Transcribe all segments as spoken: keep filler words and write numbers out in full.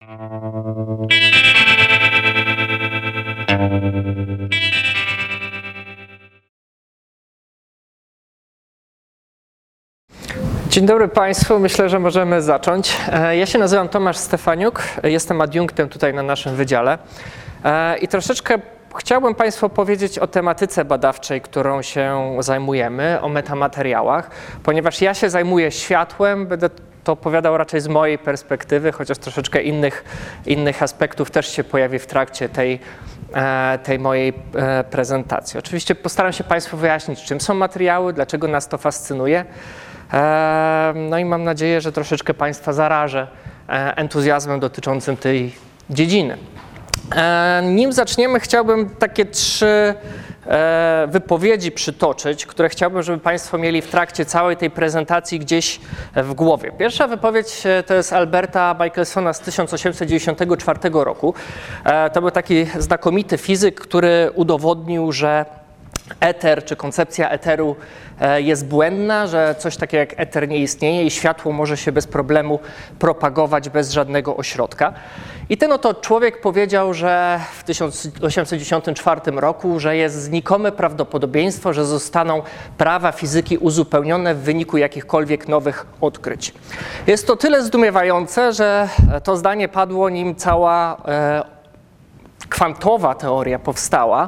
Dzień dobry Państwu, myślę, że możemy zacząć. Ja się nazywam Tomasz Stefaniuk, jestem adiunktem tutaj na naszym wydziale i troszeczkę chciałbym Państwu powiedzieć o tematyce badawczej, którą się zajmujemy, o metamateriałach, ponieważ ja się zajmuję światłem, będę to opowiadał raczej z mojej perspektywy, chociaż troszeczkę innych, innych aspektów też się pojawi w trakcie tej, tej mojej prezentacji. Oczywiście postaram się Państwu wyjaśnić, czym są materiały, dlaczego nas to fascynuje. No i mam nadzieję, że troszeczkę Państwa zarażę entuzjazmem dotyczącym tej dziedziny. Nim zaczniemy, chciałbym takie trzy wypowiedzi przytoczyć, które chciałbym, żeby Państwo mieli w trakcie całej tej prezentacji gdzieś w głowie. Pierwsza wypowiedź to jest Alberta Michelsona z tysiąc osiemset dziewięćdziesiątego czwartego roku. To był taki znakomity fizyk, który udowodnił, że eter, czy koncepcja eteru jest błędna, że coś takiego jak eter nie istnieje i światło może się bez problemu propagować bez żadnego ośrodka. I ten oto człowiek powiedział, że w tysiąc osiemset dziewięćdziesiątym czwartym roku, że jest znikome prawdopodobieństwo, że zostaną prawa fizyki uzupełnione w wyniku jakichkolwiek nowych odkryć. Jest to tyle zdumiewające, że to zdanie padło, nim cała e, kwantowa teoria powstała.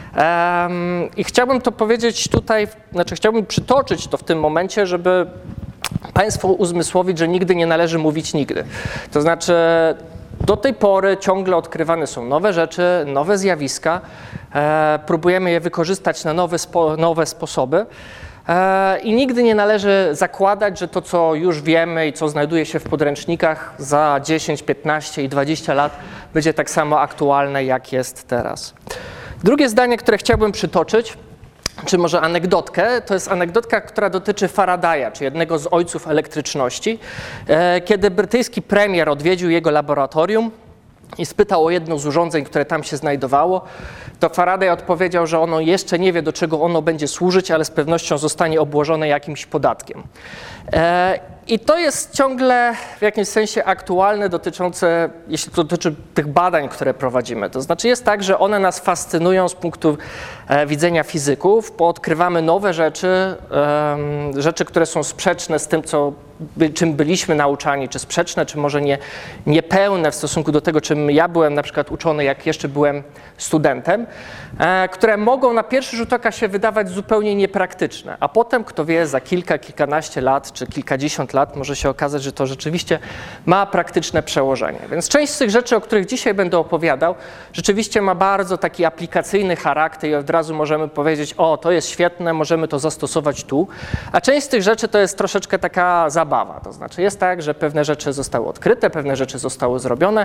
Um, I chciałbym to powiedzieć tutaj, znaczy chciałbym przytoczyć to w tym momencie, żeby Państwu uzmysłowić, że nigdy nie należy mówić nigdy. To znaczy do tej pory ciągle odkrywane są nowe rzeczy, nowe zjawiska, e, próbujemy je wykorzystać na nowe, spo, nowe sposoby e, i nigdy nie należy zakładać, że to, co już wiemy i co znajduje się w podręcznikach za dziesięć, piętnaście i dwadzieścia lat będzie tak samo aktualne, jak jest teraz. Drugie zdanie, które chciałbym przytoczyć, czy może anegdotkę, to jest anegdotka, która dotyczy Faradaya, czy jednego z ojców elektryczności. Kiedy brytyjski premier odwiedził jego laboratorium i spytał o jedno z urządzeń, które tam się znajdowało, to Faraday odpowiedział, że ono jeszcze nie wie, do czego ono będzie służyć, ale z pewnością zostanie obłożone jakimś podatkiem. I to jest ciągle w jakimś sensie aktualne dotyczące, jeśli to dotyczy tych badań, które prowadzimy. To znaczy jest tak, że one nas fascynują z punktu widzenia fizyków, bo odkrywamy nowe rzeczy, rzeczy, które są sprzeczne z tym, co, czym byliśmy nauczani, czy sprzeczne, czy może nie, niepełne w stosunku do tego, czym ja byłem na przykład uczony, jak jeszcze byłem studentem, które mogą na pierwszy rzut oka się wydawać zupełnie niepraktyczne, a potem, kto wie, za kilka, kilkanaście lat, czy kilkadziesiąt lat może się okazać, że to rzeczywiście ma praktyczne przełożenie. Więc część z tych rzeczy, o których dzisiaj będę opowiadał, rzeczywiście ma bardzo taki aplikacyjny charakter i od razu możemy powiedzieć, o, to jest świetne, możemy to zastosować tu, a część z tych rzeczy to jest troszeczkę taka zabawa, to znaczy jest tak, że pewne rzeczy zostały odkryte, pewne rzeczy zostały zrobione,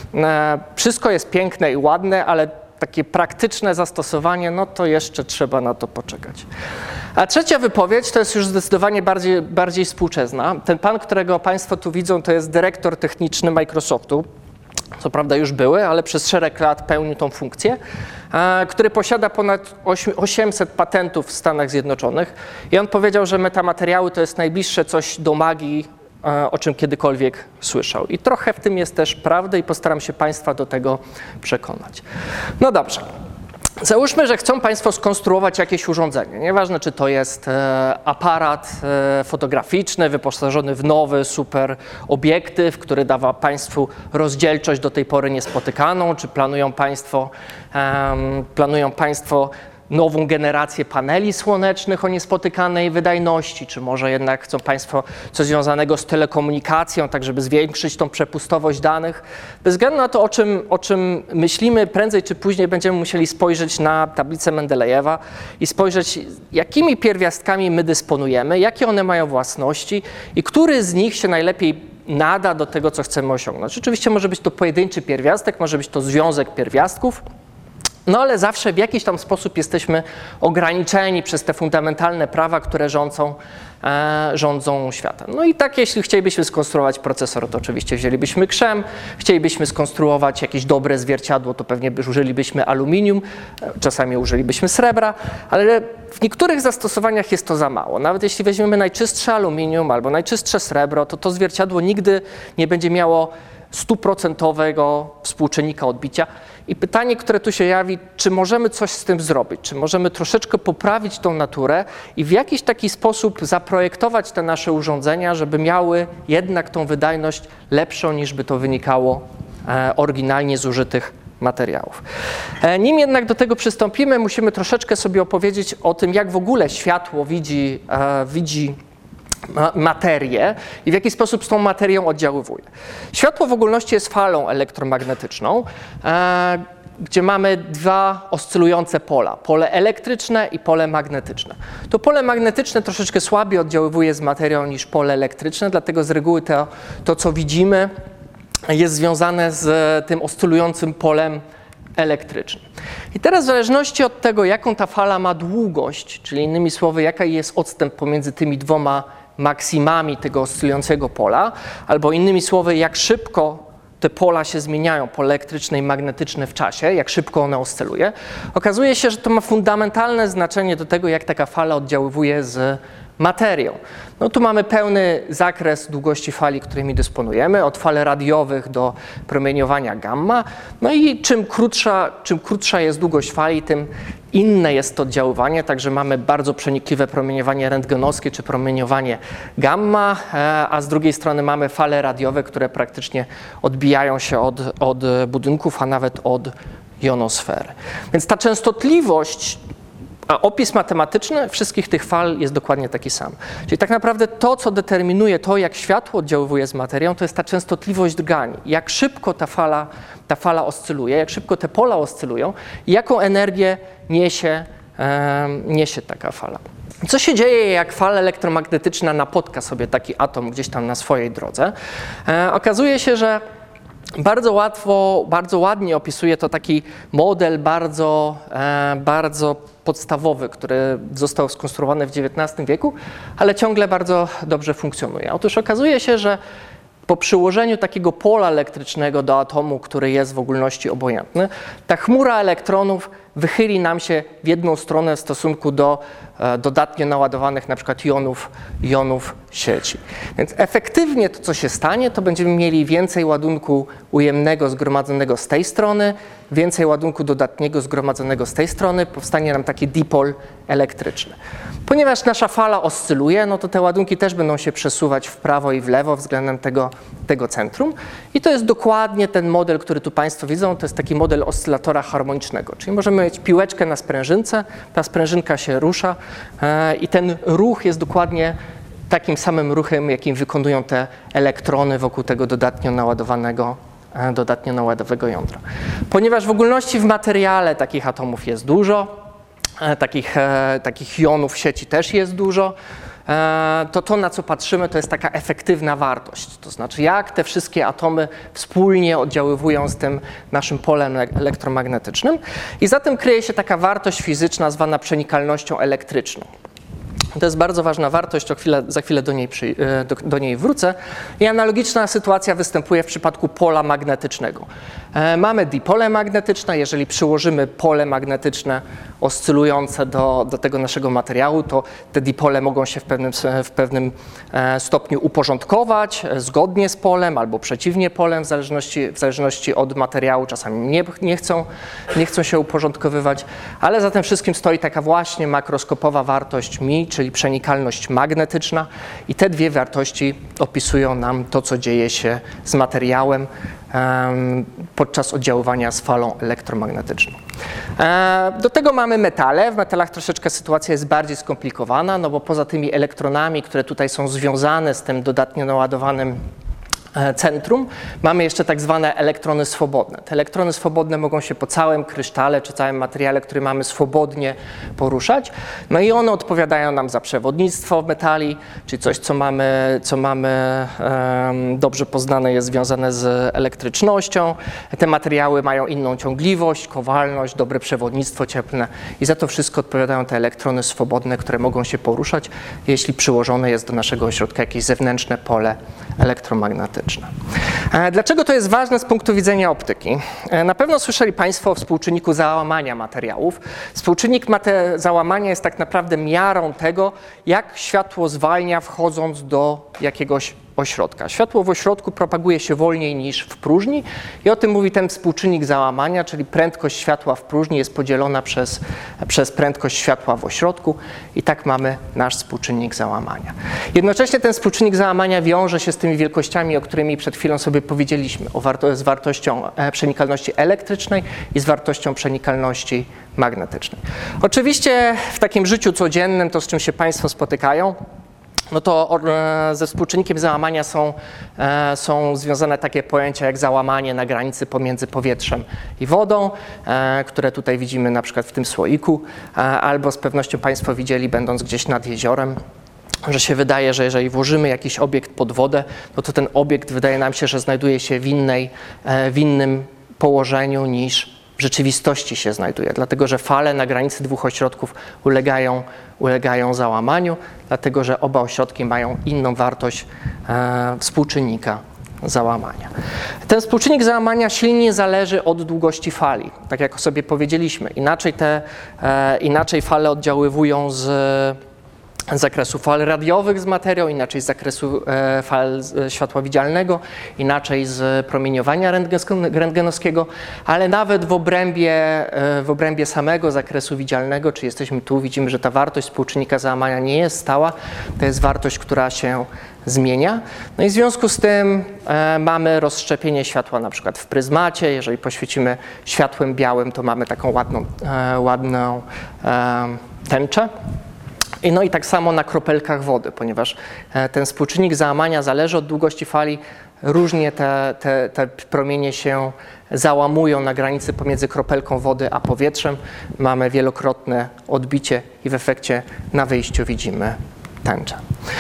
wszystko jest piękne i ładne, ale takie praktyczne zastosowanie, no to jeszcze trzeba na to poczekać. A trzecia wypowiedź to jest już zdecydowanie bardziej, bardziej współczesna. Ten pan, którego Państwo tu widzą, to jest dyrektor techniczny Microsoftu. Co prawda już były, ale przez szereg lat pełnił tą funkcję, który posiada ponad osiemset patentów w Stanach Zjednoczonych. I on powiedział, że metamateriały to jest najbliższe coś do magii, o czym kiedykolwiek słyszał. I trochę w tym jest też prawdy i postaram się Państwa do tego przekonać. No dobrze. Załóżmy, że chcą Państwo skonstruować jakieś urządzenie. Nieważne, czy to jest e, aparat e, fotograficzny wyposażony w nowy, super obiektyw, który dawa Państwu rozdzielczość do tej pory niespotykaną, czy planują Państwo, e, planują Państwo nową generację paneli słonecznych o niespotykanej wydajności, czy może jednak chcą Państwo coś związanego z telekomunikacją, tak żeby zwiększyć tą przepustowość danych. Bez względu na to, o czym, o czym myślimy, prędzej czy później będziemy musieli spojrzeć na tablicę Mendelejewa i spojrzeć, jakimi pierwiastkami my dysponujemy, jakie one mają własności i który z nich się najlepiej nada do tego, co chcemy osiągnąć. Oczywiście może być to pojedynczy pierwiastek, może być to związek pierwiastków, no ale zawsze w jakiś tam sposób jesteśmy ograniczeni przez te fundamentalne prawa, które rządzą, e, rządzą światem. No i tak, jeśli chcielibyśmy skonstruować procesor, to oczywiście wzięlibyśmy krzem, chcielibyśmy skonstruować jakieś dobre zwierciadło, to pewnie użylibyśmy aluminium, czasami użylibyśmy srebra, ale w niektórych zastosowaniach jest to za mało. Nawet jeśli weźmiemy najczystsze aluminium albo najczystsze srebro, to to zwierciadło nigdy nie będzie miało stuprocentowego współczynnika odbicia. I pytanie, które tu się jawi, czy możemy coś z tym zrobić? Czy możemy troszeczkę poprawić tą naturę i w jakiś taki sposób zaprojektować te nasze urządzenia, żeby miały jednak tą wydajność lepszą, niż by to wynikało e, oryginalnie z użytych materiałów. E, nim jednak do tego przystąpimy, musimy troszeczkę sobie opowiedzieć o tym, jak w ogóle światło widzi, e, widzi materię i w jaki sposób z tą materią oddziaływuje. Światło w ogólności jest falą elektromagnetyczną, e, gdzie mamy dwa oscylujące pola, pole elektryczne i pole magnetyczne. To pole magnetyczne troszeczkę słabiej oddziaływuje z materią niż pole elektryczne, dlatego z reguły to, to co widzimy, jest związane z tym oscylującym polem elektrycznym. I teraz w zależności od tego, jaką ta fala ma długość, czyli innymi słowy, jaki jest odstęp pomiędzy tymi dwoma maksimami tego oscylującego pola, albo innymi słowy, jak szybko te pola się zmieniają, pole elektryczne i magnetyczne w czasie, jak szybko one oscyluje, okazuje się, że to ma fundamentalne znaczenie do tego, jak taka fala oddziaływuje z materią. No tu mamy pełny zakres długości fali, którymi dysponujemy, od fal radiowych do promieniowania gamma. No i czym krótsza, czym krótsza jest długość fali, tym inne jest to oddziaływanie, także mamy bardzo przenikliwe promieniowanie rentgenowskie czy promieniowanie gamma, a z drugiej strony mamy fale radiowe, które praktycznie odbijają się od, od budynków, a nawet od jonosfery. Więc ta częstotliwość, a opis matematyczny wszystkich tych fal jest dokładnie taki sam. Czyli tak naprawdę to, co determinuje to, jak światło oddziaływuje z materią, to jest ta częstotliwość drgani. Jak szybko ta fala, ta fala oscyluje, jak szybko te pola oscylują i jaką energię niesie, e, niesie taka fala. Co się dzieje, jak fala elektromagnetyczna napotka sobie taki atom gdzieś tam na swojej drodze? E, okazuje się, że bardzo łatwo, bardzo ładnie opisuje to taki model bardzo, e, bardzo podstawowy, który został skonstruowany w dziewiętnastym wieku, ale ciągle bardzo dobrze funkcjonuje. Otóż okazuje się, że po przyłożeniu takiego pola elektrycznego do atomu, który jest w ogólności obojętny, ta chmura elektronów wychyli nam się w jedną stronę w stosunku do e, dodatnio naładowanych na przykład jonów, jonów sieci. Więc efektywnie to, co się stanie, to będziemy mieli więcej ładunku ujemnego zgromadzonego z tej strony, więcej ładunku dodatniego zgromadzonego z tej strony, powstanie nam taki dipol elektryczny. Ponieważ nasza fala oscyluje, no to te ładunki też będą się przesuwać w prawo i w lewo względem tego, tego centrum. I to jest dokładnie ten model, który tu Państwo widzą, to jest taki model oscylatora harmonicznego. Czyli możemy mieć piłeczkę na sprężynce, ta sprężynka się rusza e, i ten ruch jest dokładnie takim samym ruchem, jakim wykonują te elektrony wokół tego dodatnio naładowanego e, dodatnio naładowego jądra. Ponieważ w ogólności w materiale takich atomów jest dużo, e, takich, e, takich jonów sieci też jest dużo, to to, na co patrzymy, to jest taka efektywna wartość. To znaczy, jak te wszystkie atomy wspólnie oddziaływują z tym naszym polem elektromagnetycznym. I za tym kryje się taka wartość fizyczna zwana przenikalnością elektryczną. To jest bardzo ważna wartość, o chwilę, za chwilę do niej, przy, do, do niej wrócę. I analogiczna sytuacja występuje w przypadku pola magnetycznego. E, mamy dipole magnetyczne, jeżeli przyłożymy pole magnetyczne oscylujące do, do tego naszego materiału, to te dipole mogą się w pewnym, w pewnym stopniu uporządkować zgodnie z polem albo przeciwnie polem, w zależności, w zależności od materiału. Czasami nie, nie, chcą, nie chcą się uporządkowywać, ale za tym wszystkim stoi taka właśnie makroskopowa wartość mi, czyli przenikalność magnetyczna i te dwie wartości opisują nam to, co dzieje się z materiałem um, podczas oddziaływania z falą elektromagnetyczną. E, do tego mamy metale. W metalach troszeczkę sytuacja jest bardziej skomplikowana, no bo poza tymi elektronami, które tutaj są związane z tym dodatnio naładowanym centrum, mamy jeszcze tak zwane elektrony swobodne. Te elektrony swobodne mogą się po całym krysztale czy całym materiale, który mamy, swobodnie poruszać. No i one odpowiadają nam za przewodnictwo metali, czyli coś, co mamy, co mamy um, dobrze poznane, jest związane z elektrycznością. Te materiały mają inną ciągliwość, kowalność, dobre przewodnictwo cieplne i za to wszystko odpowiadają te elektrony swobodne, które mogą się poruszać, jeśli przyłożone jest do naszego ośrodka jakieś zewnętrzne pole elektromagnetyczne. Dlaczego to jest ważne z punktu widzenia optyki? Na pewno słyszeli Państwo o współczynniku załamania materiałów. Współczynnik załamania jest tak naprawdę miarą tego, jak światło zwalnia, wchodząc do jakiegoś ośrodka. Światło w ośrodku propaguje się wolniej niż w próżni i o tym mówi ten współczynnik załamania, czyli prędkość światła w próżni jest podzielona przez, przez prędkość światła w ośrodku i tak mamy nasz współczynnik załamania. Jednocześnie ten współczynnik załamania wiąże się z tymi wielkościami, o którymi przed chwilą sobie powiedzieliśmy, o warto, z wartością przenikalności elektrycznej i z wartością przenikalności magnetycznej. Oczywiście w takim życiu codziennym, to z czym się Państwo spotykają, no to ze współczynnikiem załamania są, są związane takie pojęcia jak załamanie na granicy pomiędzy powietrzem i wodą, które tutaj widzimy na przykład w tym słoiku, albo z pewnością Państwo widzieli, będąc gdzieś nad jeziorem, że się wydaje, że jeżeli włożymy jakiś obiekt pod wodę, no to ten obiekt wydaje nam się, że znajduje się w, innej, w innym położeniu niż w rzeczywistości się znajduje, dlatego że fale na granicy dwóch ośrodków ulegają, ulegają załamaniu, dlatego że oba ośrodki mają inną wartość e, współczynnika załamania. Ten współczynnik załamania silnie zależy od długości fali, tak jak sobie powiedzieliśmy. Inaczej, te, e, inaczej fale oddziaływują z z zakresu fal radiowych z materiał, inaczej z zakresu e, fal e, światła widzialnego, inaczej z promieniowania rentgenowskiego, ale nawet w obrębie, e, w obrębie samego zakresu widzialnego, czy jesteśmy tu, widzimy, że ta wartość współczynnika załamania nie jest stała, to jest wartość, która się zmienia. No i w związku z tym e, mamy rozszczepienie światła na przykład w pryzmacie. Jeżeli poświecimy światłem białym, to mamy taką ładną, e, ładną e, tęczę. No i tak samo na kropelkach wody, ponieważ ten współczynnik załamania zależy od długości fali. Różnie te, te, te promienie się załamują na granicy pomiędzy kropelką wody a powietrzem. Mamy wielokrotne odbicie i w efekcie na wyjściu widzimy tęczę.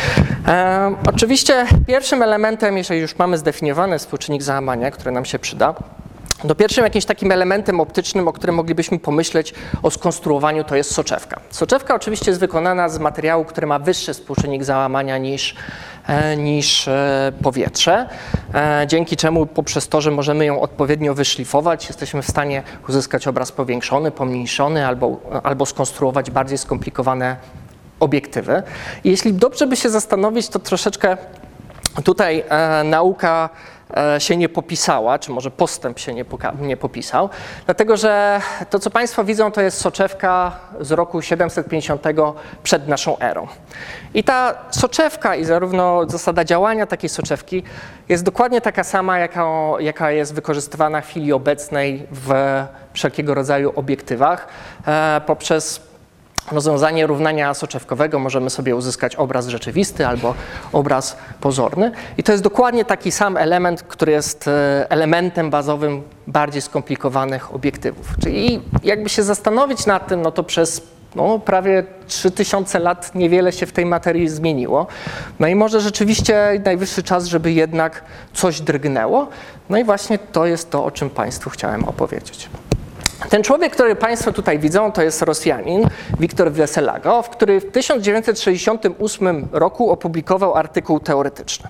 E, oczywiście pierwszym elementem, jeżeli już mamy zdefiniowany współczynnik załamania, który nam się przyda, to pierwszym jakimś takim elementem optycznym, o którym moglibyśmy pomyśleć o skonstruowaniu, to jest soczewka. Soczewka oczywiście jest wykonana z materiału, który ma wyższy współczynnik załamania niż, e, niż e, powietrze, e, dzięki czemu poprzez to, że możemy ją odpowiednio wyszlifować, jesteśmy w stanie uzyskać obraz powiększony, pomniejszony albo, albo skonstruować bardziej skomplikowane obiektywy. I jeśli dobrze by się zastanowić, to troszeczkę tutaj e, nauka się nie popisała, czy może postęp się nie, nie popisał, dlatego że to, co Państwo widzą, to jest soczewka z roku siedemset pięćdziesiątego przed naszą erą. I ta soczewka i zarówno zasada działania takiej soczewki jest dokładnie taka sama, jaka, jaka jest wykorzystywana w chwili obecnej w wszelkiego rodzaju obiektywach. E, poprzez rozwiązanie równania soczewkowego możemy sobie uzyskać obraz rzeczywisty albo obraz pozorny. I to jest dokładnie taki sam element, który jest elementem bazowym bardziej skomplikowanych obiektywów. Czyli jakby się zastanowić nad tym, no to przez no, prawie trzy tysiące lat niewiele się w tej materii zmieniło. No i może rzeczywiście najwyższy czas, żeby jednak coś drgnęło. No i właśnie to jest to, o czym Państwu chciałem opowiedzieć. Ten człowiek, który Państwo tutaj widzą, to jest Rosjanin Wiktor Weselagow, który w tysiąc dziewięćset sześćdziesiątym ósmym roku opublikował artykuł teoretyczny.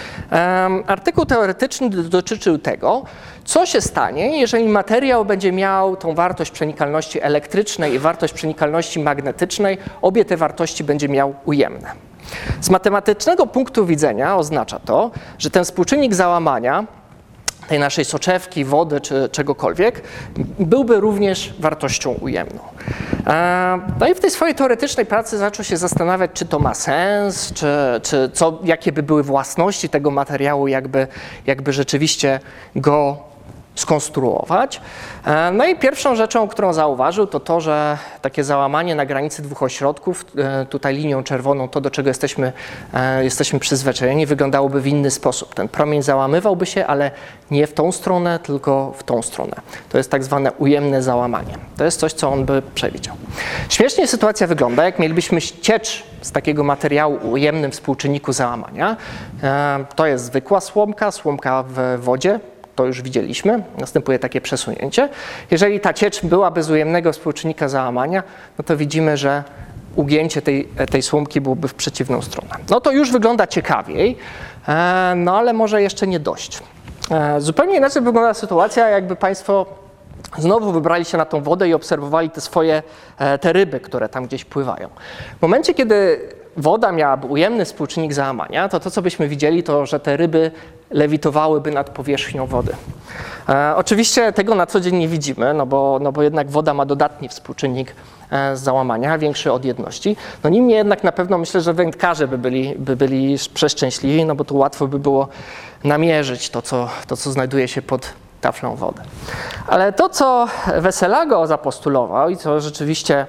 Um, artykuł teoretyczny dotyczył tego, co się stanie, jeżeli materiał będzie miał tą wartość przenikalności elektrycznej i wartość przenikalności magnetycznej, obie te wartości będzie miał ujemne. Z matematycznego punktu widzenia oznacza to, że ten współczynnik załamania tej naszej soczewki, wody czy czegokolwiek, byłby również wartością ujemną. No i w tej swojej teoretycznej pracy zaczął się zastanawiać, czy to ma sens, czy, czy co, jakie by były własności tego materiału, jakby, jakby rzeczywiście go skonstruować. No i pierwszą rzeczą, którą zauważył, to to, że takie załamanie na granicy dwóch ośrodków, tutaj linią czerwoną, to do czego jesteśmy, jesteśmy przyzwyczajeni, wyglądałoby w inny sposób. Ten promień załamywałby się, ale nie w tą stronę, tylko w tą stronę. To jest tak zwane ujemne załamanie. To jest coś, co on by przewidział. Śmiesznie sytuacja wygląda, jak mielibyśmy ciecz z takiego materiału o ujemnym współczynniku załamania. To jest zwykła słomka, słomka w wodzie. To już widzieliśmy, następuje takie przesunięcie. Jeżeli ta ciecz była bez ujemnego współczynnika załamania, no to widzimy, że ugięcie tej, tej słomki byłoby w przeciwną stronę. No to już wygląda ciekawiej, no ale może jeszcze nie dość. Zupełnie inaczej wygląda sytuacja, jakby Państwo znowu wybrali się na tą wodę i obserwowali te swoje, te ryby, które tam gdzieś pływają. W momencie, kiedy woda miałaby ujemny współczynnik załamania, to to, co byśmy widzieli, to że te ryby lewitowałyby nad powierzchnią wody. E, oczywiście tego na co dzień nie widzimy, no bo, no bo jednak woda ma dodatni współczynnik e, załamania, większy od jedności. No niemniej jednak na pewno myślę, że wędkarze by byli, by byli przeszczęśliwi, no bo tu łatwo by było namierzyć to, co, to, co znajduje się pod taflą wody. Ale to, co Veselago zapostulował i co rzeczywiście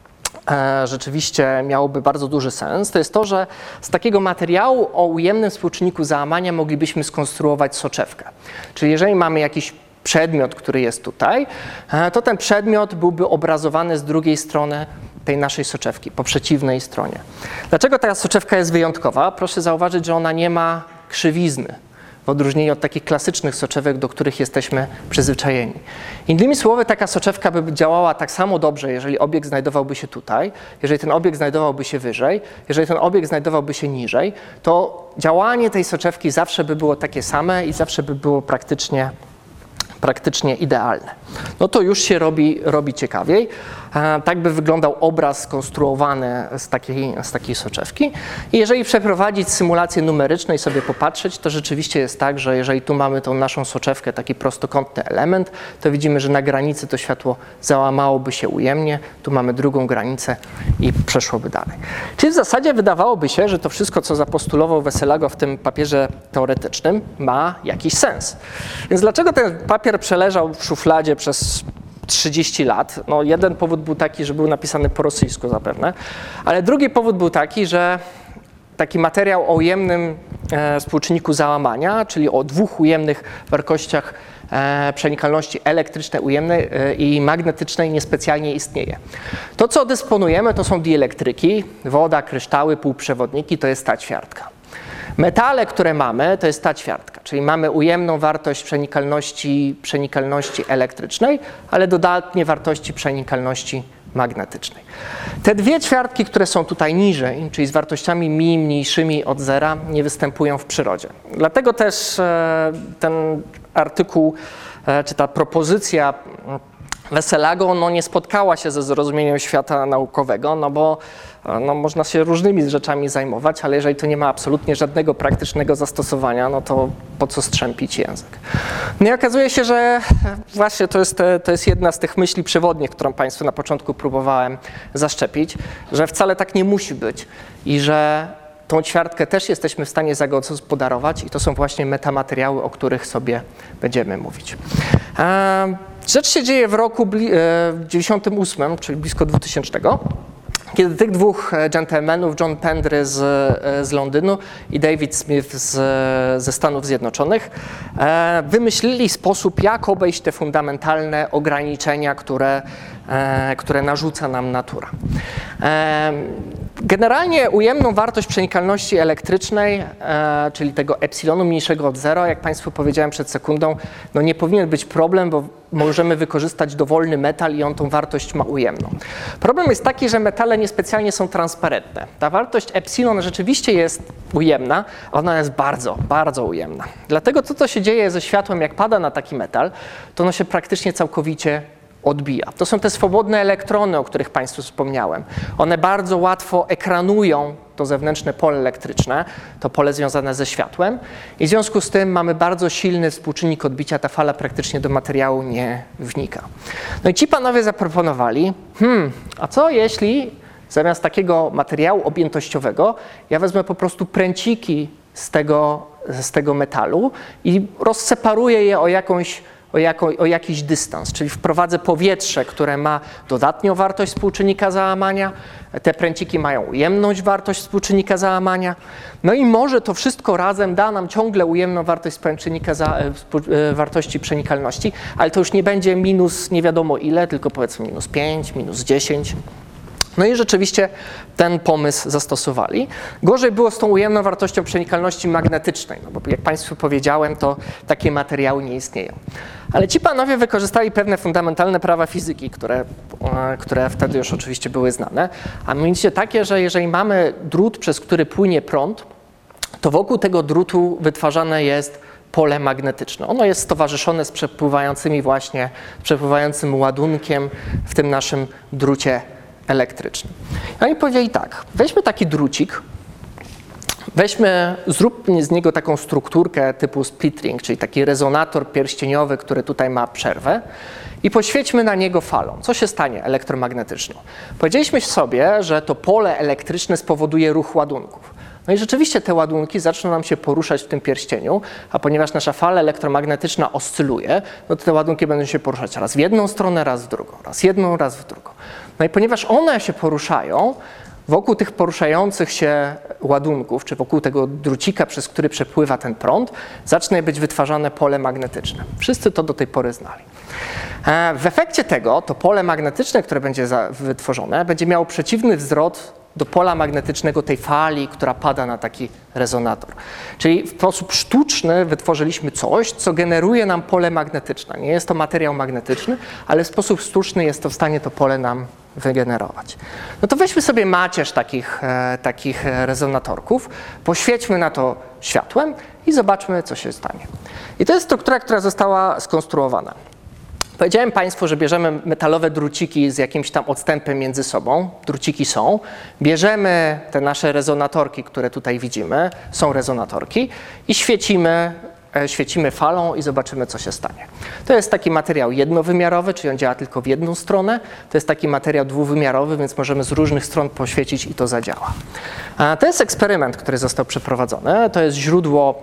rzeczywiście miałoby bardzo duży sens, to jest to, że z takiego materiału o ujemnym współczynniku załamania moglibyśmy skonstruować soczewkę. Czyli jeżeli mamy jakiś przedmiot, który jest tutaj, to ten przedmiot byłby obrazowany z drugiej strony tej naszej soczewki, po przeciwnej stronie. Dlaczego ta soczewka jest wyjątkowa? Proszę zauważyć, że ona nie ma krzywizny, w odróżnieniu od takich klasycznych soczewek, do których jesteśmy przyzwyczajeni. Innymi słowy, taka soczewka by działała tak samo dobrze, jeżeli obiekt znajdowałby się tutaj, jeżeli ten obiekt znajdowałby się wyżej, jeżeli ten obiekt znajdowałby się niżej, to działanie tej soczewki zawsze by było takie same i zawsze by było praktycznie, praktycznie idealne. No to już się robi, robi ciekawiej. Tak by wyglądał obraz skonstruowany z takiej, z takiej soczewki. I jeżeli przeprowadzić symulację numeryczną i sobie popatrzeć, to rzeczywiście jest tak, że jeżeli tu mamy tą naszą soczewkę, taki prostokątny element, to widzimy, że na granicy to światło załamałoby się ujemnie, tu mamy drugą granicę i przeszłoby dalej. Czyli w zasadzie wydawałoby się, że to wszystko, co zapostulował Veselago w tym papierze teoretycznym, ma jakiś sens. Więc dlaczego ten papier przeleżał w szufladzie przez trzydzieści lat. No, jeden powód był taki, że był napisany po rosyjsku zapewne, ale drugi powód był taki, że taki materiał o ujemnym e, współczynniku załamania, czyli o dwóch ujemnych wartościach e, przenikalności elektrycznej ujemnej e, i magnetycznej niespecjalnie istnieje. To, co dysponujemy, to są dielektryki, woda, kryształy, półprzewodniki, to jest ta ćwiartka. Metale, które mamy, to jest ta ćwiartka, czyli mamy ujemną wartość przenikalności, przenikalności elektrycznej, ale dodatnie wartości przenikalności magnetycznej. Te dwie ćwiartki, które są tutaj niżej, czyli z wartościami mi mniejszymi od zera, nie występują w przyrodzie. Dlatego też e, ten artykuł, e, czy ta propozycja Veselago no, nie spotkała się ze zrozumieniem świata naukowego, no bo no, można się różnymi rzeczami zajmować, ale jeżeli to nie ma absolutnie żadnego praktycznego zastosowania, no to po co strzępić język? No i okazuje się, że właśnie to jest, to jest jedna z tych myśli przewodnich, którą Państwu na początku próbowałem zaszczepić, że wcale tak nie musi być i że tą ćwiartkę też jesteśmy w stanie zagospodarować i to są właśnie metamateriały, o których sobie będziemy mówić. Rzecz się dzieje w roku dziewięćdziesiątym ósmym, czyli blisko dwutysięcznego, kiedy tych dwóch dżentelmenów, John Pendry z, z Londynu i David Smith z, ze Stanów Zjednoczonych, wymyślili sposób, jak obejść te fundamentalne ograniczenia, które, które narzuca nam natura. Generalnie ujemną wartość przenikalności elektrycznej, e, czyli tego epsilonu mniejszego od zera, jak Państwu powiedziałem przed sekundą, no nie powinien być problem, bo możemy wykorzystać dowolny metal i on tą wartość ma ujemną. Problem jest taki, że metale niespecjalnie są transparentne. Ta wartość epsilon rzeczywiście jest ujemna, a ona jest bardzo, bardzo ujemna. Dlatego to, co się dzieje ze światłem, jak pada na taki metal, to ono się praktycznie całkowicie odbija. To są te swobodne elektrony, o których Państwu wspomniałem. One bardzo łatwo ekranują to zewnętrzne pole elektryczne, to pole związane ze światłem i w związku z tym mamy bardzo silny współczynnik odbicia, ta fala praktycznie do materiału nie wnika. No i ci panowie zaproponowali, hmm, a co jeśli zamiast takiego materiału objętościowego ja wezmę po prostu pręciki z tego, z tego metalu i rozseparuję je o jakąś O, jako, o jakiś dystans, czyli wprowadzę powietrze, które ma dodatnią wartość współczynnika załamania, te pręciki mają ujemność wartość współczynnika załamania, no i może to wszystko razem da nam ciągle ujemną wartość współczynnika za, wartości przenikalności, ale to już nie będzie minus nie wiadomo ile, tylko powiedzmy minus pięć, minus dziesięć. No i rzeczywiście ten pomysł zastosowali. Gorzej było z tą ujemną wartością przenikalności magnetycznej, no bo jak Państwu powiedziałem, to takie materiały nie istnieją. Ale ci panowie wykorzystali pewne fundamentalne prawa fizyki, które, które wtedy już oczywiście były znane, a mianowicie takie, że jeżeli mamy drut, przez który płynie prąd, to wokół tego drutu wytwarzane jest pole magnetyczne. Ono jest stowarzyszone z przepływającymi właśnie, z przepływającym ładunkiem w tym naszym drucie elektrycznym. I oni powiedzieli tak, weźmy taki drucik, weźmy, zróbmy z niego taką strukturkę typu split ring, czyli taki rezonator pierścieniowy, który tutaj ma przerwę i poświećmy na niego falą. Co się stanie elektromagnetyczną? Powiedzieliśmy sobie, że to pole elektryczne spowoduje ruch ładunków. No i rzeczywiście te ładunki zaczną nam się poruszać w tym pierścieniu, a ponieważ nasza fala elektromagnetyczna oscyluje, no to te ładunki będą się poruszać raz w jedną stronę, raz w drugą, raz jedną, raz w drugą. No i ponieważ one się poruszają, wokół tych poruszających się ładunków, czy wokół tego drucika, przez który przepływa ten prąd, zacznie być wytwarzane pole magnetyczne. Wszyscy to do tej pory znali. W efekcie tego to pole magnetyczne, które będzie wytworzone, będzie miało przeciwny wzrost do pola magnetycznego tej fali, która pada na taki rezonator. Czyli w sposób sztuczny wytworzyliśmy coś, co generuje nam pole magnetyczne. Nie jest to materiał magnetyczny, ale w sposób sztuczny jest to w stanie to pole nam wygenerować. No to weźmy sobie macierz takich, e, takich rezonatorków, poświećmy na to światłem i zobaczmy, co się stanie. I to jest struktura, która została skonstruowana. Powiedziałem Państwu, że bierzemy metalowe druciki z jakimś tam odstępem między sobą. Druciki są. Bierzemy te nasze rezonatorki, które tutaj widzimy. Są rezonatorki i świecimy, świecimy falą i zobaczymy, co się stanie. To jest taki materiał jednowymiarowy, czyli on działa tylko w jedną stronę. To jest taki materiał dwuwymiarowy, więc możemy z różnych stron poświecić i to zadziała. To jest eksperyment, który został przeprowadzony. To jest źródło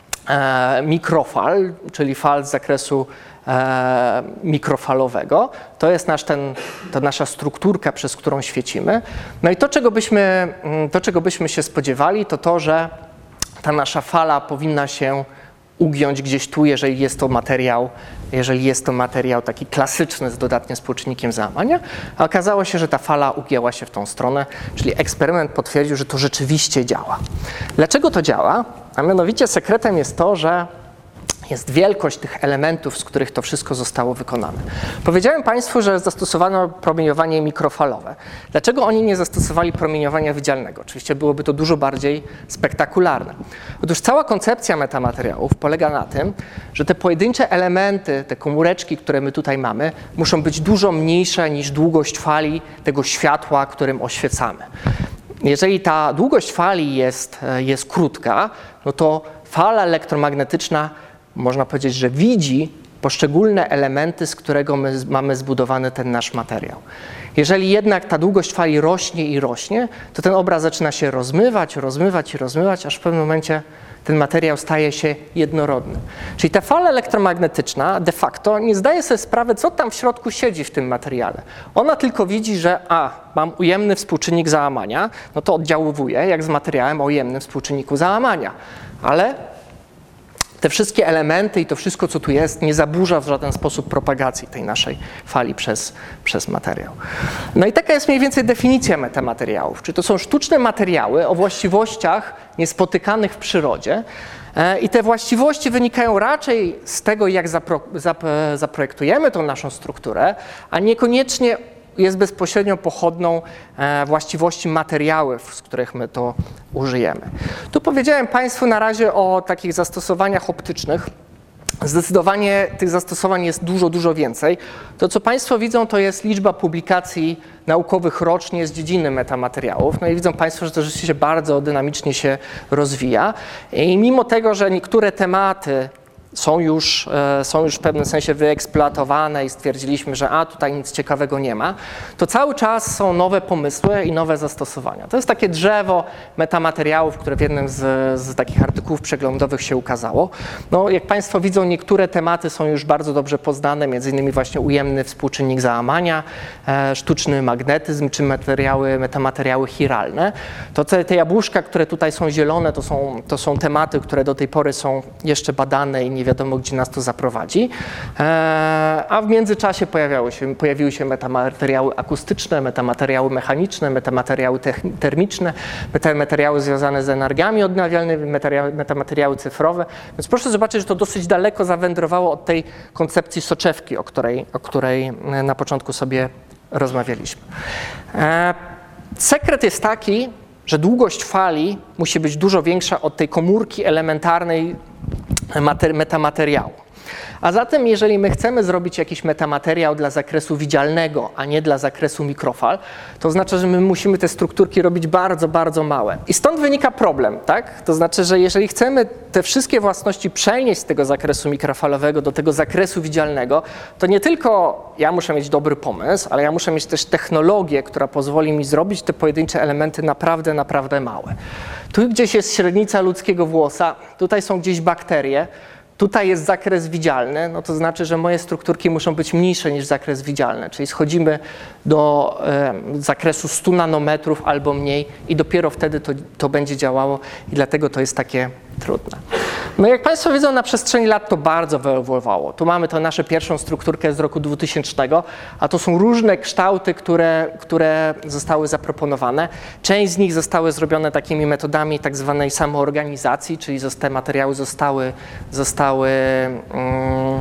e, mikrofal, czyli fal z zakresu E, mikrofalowego. To jest nasz ten, to nasza strukturka, przez którą świecimy. No i to czego, byśmy, to, czego byśmy się spodziewali, to to, że ta nasza fala powinna się ugiąć gdzieś tu, jeżeli jest to materiał, jeżeli jest to materiał taki klasyczny z dodatnim współczynnikiem załamania, a okazało się, że ta fala ugięła się w tą stronę, czyli eksperyment potwierdził, że to rzeczywiście działa. Dlaczego to działa? A mianowicie sekretem jest to, że jest wielkość tych elementów, z których to wszystko zostało wykonane. Powiedziałem Państwu, że zastosowano promieniowanie mikrofalowe. Dlaczego oni nie zastosowali promieniowania widzialnego? Oczywiście byłoby to dużo bardziej spektakularne. Otóż cała koncepcja metamateriałów polega na tym, że te pojedyncze elementy, te komóreczki, które my tutaj mamy, muszą być dużo mniejsze niż długość fali tego światła, którym oświecamy. Jeżeli ta długość fali jest, jest krótka, no to fala elektromagnetyczna, można powiedzieć, że widzi poszczególne elementy, z którego my mamy zbudowany ten nasz materiał. Jeżeli jednak ta długość fali rośnie i rośnie, to ten obraz zaczyna się rozmywać, rozmywać i rozmywać, aż w pewnym momencie ten materiał staje się jednorodny. Czyli ta fala elektromagnetyczna de facto nie zdaje sobie sprawy, co tam w środku siedzi w tym materiale. Ona tylko widzi, że a, mam ujemny współczynnik załamania, no to oddziaływuje jak z materiałem o ujemnym współczynniku załamania. Ale te wszystkie elementy i to wszystko, co tu jest, nie zaburza w żaden sposób propagacji tej naszej fali przez, przez materiał. No i taka jest mniej więcej definicja metamateriałów. Czyli to są sztuczne materiały o właściwościach niespotykanych w przyrodzie i te właściwości wynikają raczej z tego, jak zapro, zap, zaprojektujemy tą naszą strukturę, a niekoniecznie jest bezpośrednio pochodną właściwości materiałów, z których my to użyjemy. Tu powiedziałem Państwu na razie o takich zastosowaniach optycznych. Zdecydowanie tych zastosowań jest dużo, dużo więcej. To, co Państwo widzą, to jest liczba publikacji naukowych rocznie z dziedziny metamateriałów. No i widzą Państwo, że to rzeczywiście bardzo dynamicznie się rozwija. I mimo tego, że niektóre tematy są już, są już w pewnym sensie wyeksploatowane i stwierdziliśmy, że a tutaj nic ciekawego nie ma, to cały czas są nowe pomysły i nowe zastosowania. To jest takie drzewo metamateriałów, które w jednym z, z takich artykułów przeglądowych się ukazało. No, jak Państwo widzą, niektóre tematy są już bardzo dobrze poznane, między innymi właśnie ujemny współczynnik załamania, e, sztuczny magnetyzm czy materiały, metamateriały chiralne. To te, te jabłuszka, które tutaj są zielone, to są, to są tematy, które do tej pory są jeszcze badane i nie wiadomo, gdzie nas to zaprowadzi. A w międzyczasie pojawiały się, pojawiły się metamateriały akustyczne, metamateriały mechaniczne, metamateriały termiczne, metamateriały związane z energiami odnawialnymi, metamateriały cyfrowe. Więc proszę zobaczyć, że to dosyć daleko zawędrowało od tej koncepcji soczewki, o której, o której na początku sobie rozmawialiśmy. Sekret jest taki, że długość fali musi być dużo większa od tej komórki elementarnej metamateriału. A zatem, jeżeli my chcemy zrobić jakiś metamateriał dla zakresu widzialnego, a nie dla zakresu mikrofal, to oznacza, że my musimy te strukturki robić bardzo, bardzo małe. I stąd wynika problem, tak? To znaczy, że jeżeli chcemy te wszystkie własności przenieść z tego zakresu mikrofalowego do tego zakresu widzialnego, to nie tylko ja muszę mieć dobry pomysł, ale ja muszę mieć też technologię, która pozwoli mi zrobić te pojedyncze elementy naprawdę, naprawdę małe. Tu gdzieś jest średnica ludzkiego włosa, tutaj są gdzieś bakterie, tutaj jest zakres widzialny, no to znaczy, że moje strukturki muszą być mniejsze niż zakres widzialny, czyli schodzimy do e, zakresu stu nanometrów albo mniej i dopiero wtedy to, to będzie działało i dlatego to jest takie trudne. No jak Państwo widzą, na przestrzeni lat to bardzo wyewoluowało. Tu mamy tę naszą pierwszą strukturkę z roku dwutysięcznego, a to są różne kształty, które, które zostały zaproponowane. Część z nich zostały zrobione takimi metodami tak zwanej samoorganizacji, czyli te materiały zostały, zostały um,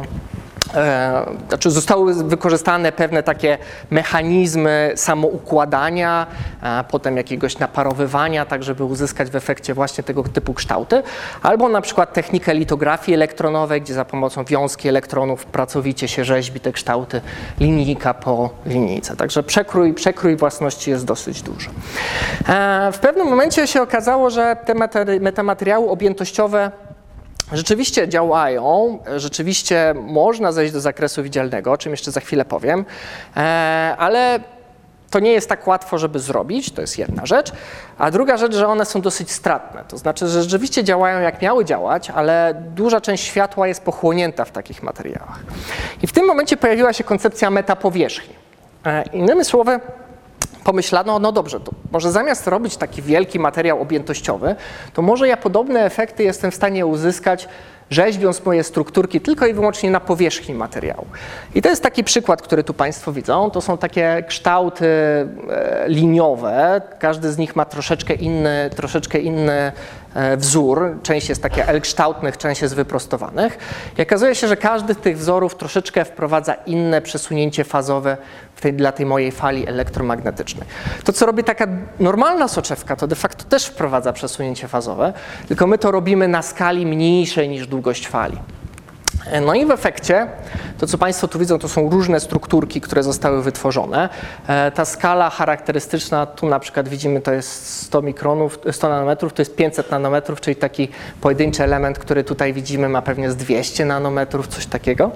E, znaczy zostały wykorzystane pewne takie mechanizmy samoukładania, a potem jakiegoś naparowywania, tak żeby uzyskać w efekcie właśnie tego typu kształty, albo na przykład technikę litografii elektronowej, gdzie za pomocą wiązki elektronów pracowicie się rzeźbi te kształty linijka po linijce. Także przekrój, przekrój własności jest dosyć duży. E, w pewnym momencie się okazało, że te metamateriały objętościowe rzeczywiście działają, rzeczywiście można zejść do zakresu widzialnego, o czym jeszcze za chwilę powiem, ale to nie jest tak łatwo, żeby zrobić, to jest jedna rzecz, a druga rzecz, że one są dosyć stratne, to znaczy, że rzeczywiście działają jak miały działać, ale duża część światła jest pochłonięta w takich materiałach. I w tym momencie pojawiła się koncepcja metapowierzchni. Innymi słowy, pomyślano, no dobrze, to może zamiast robić taki wielki materiał objętościowy, to może ja podobne efekty jestem w stanie uzyskać, rzeźbiąc moje strukturki tylko i wyłącznie na powierzchni materiału. I to jest taki przykład, który tu Państwo widzą. To są takie kształty liniowe. Każdy z nich ma troszeczkę inny, troszeczkę inny wzór. Część jest taka L-kształtnych, część jest wyprostowanych. I okazuje się, że każdy z tych wzorów troszeczkę wprowadza inne przesunięcie fazowe w tej, dla tej mojej fali elektromagnetycznej. To, co robi taka normalna soczewka, to de facto też wprowadza przesunięcie fazowe, tylko my to robimy na skali mniejszej niż długość fali. No i w efekcie, to co Państwo tu widzą, to są różne strukturki, które zostały wytworzone. Ta skala charakterystyczna, tu na przykład widzimy, to jest sto mikronów, sto nanometrów, to jest pięćset nanometrów, czyli taki pojedynczy element, który tutaj widzimy, ma pewnie z dwieście nanometrów, coś takiego.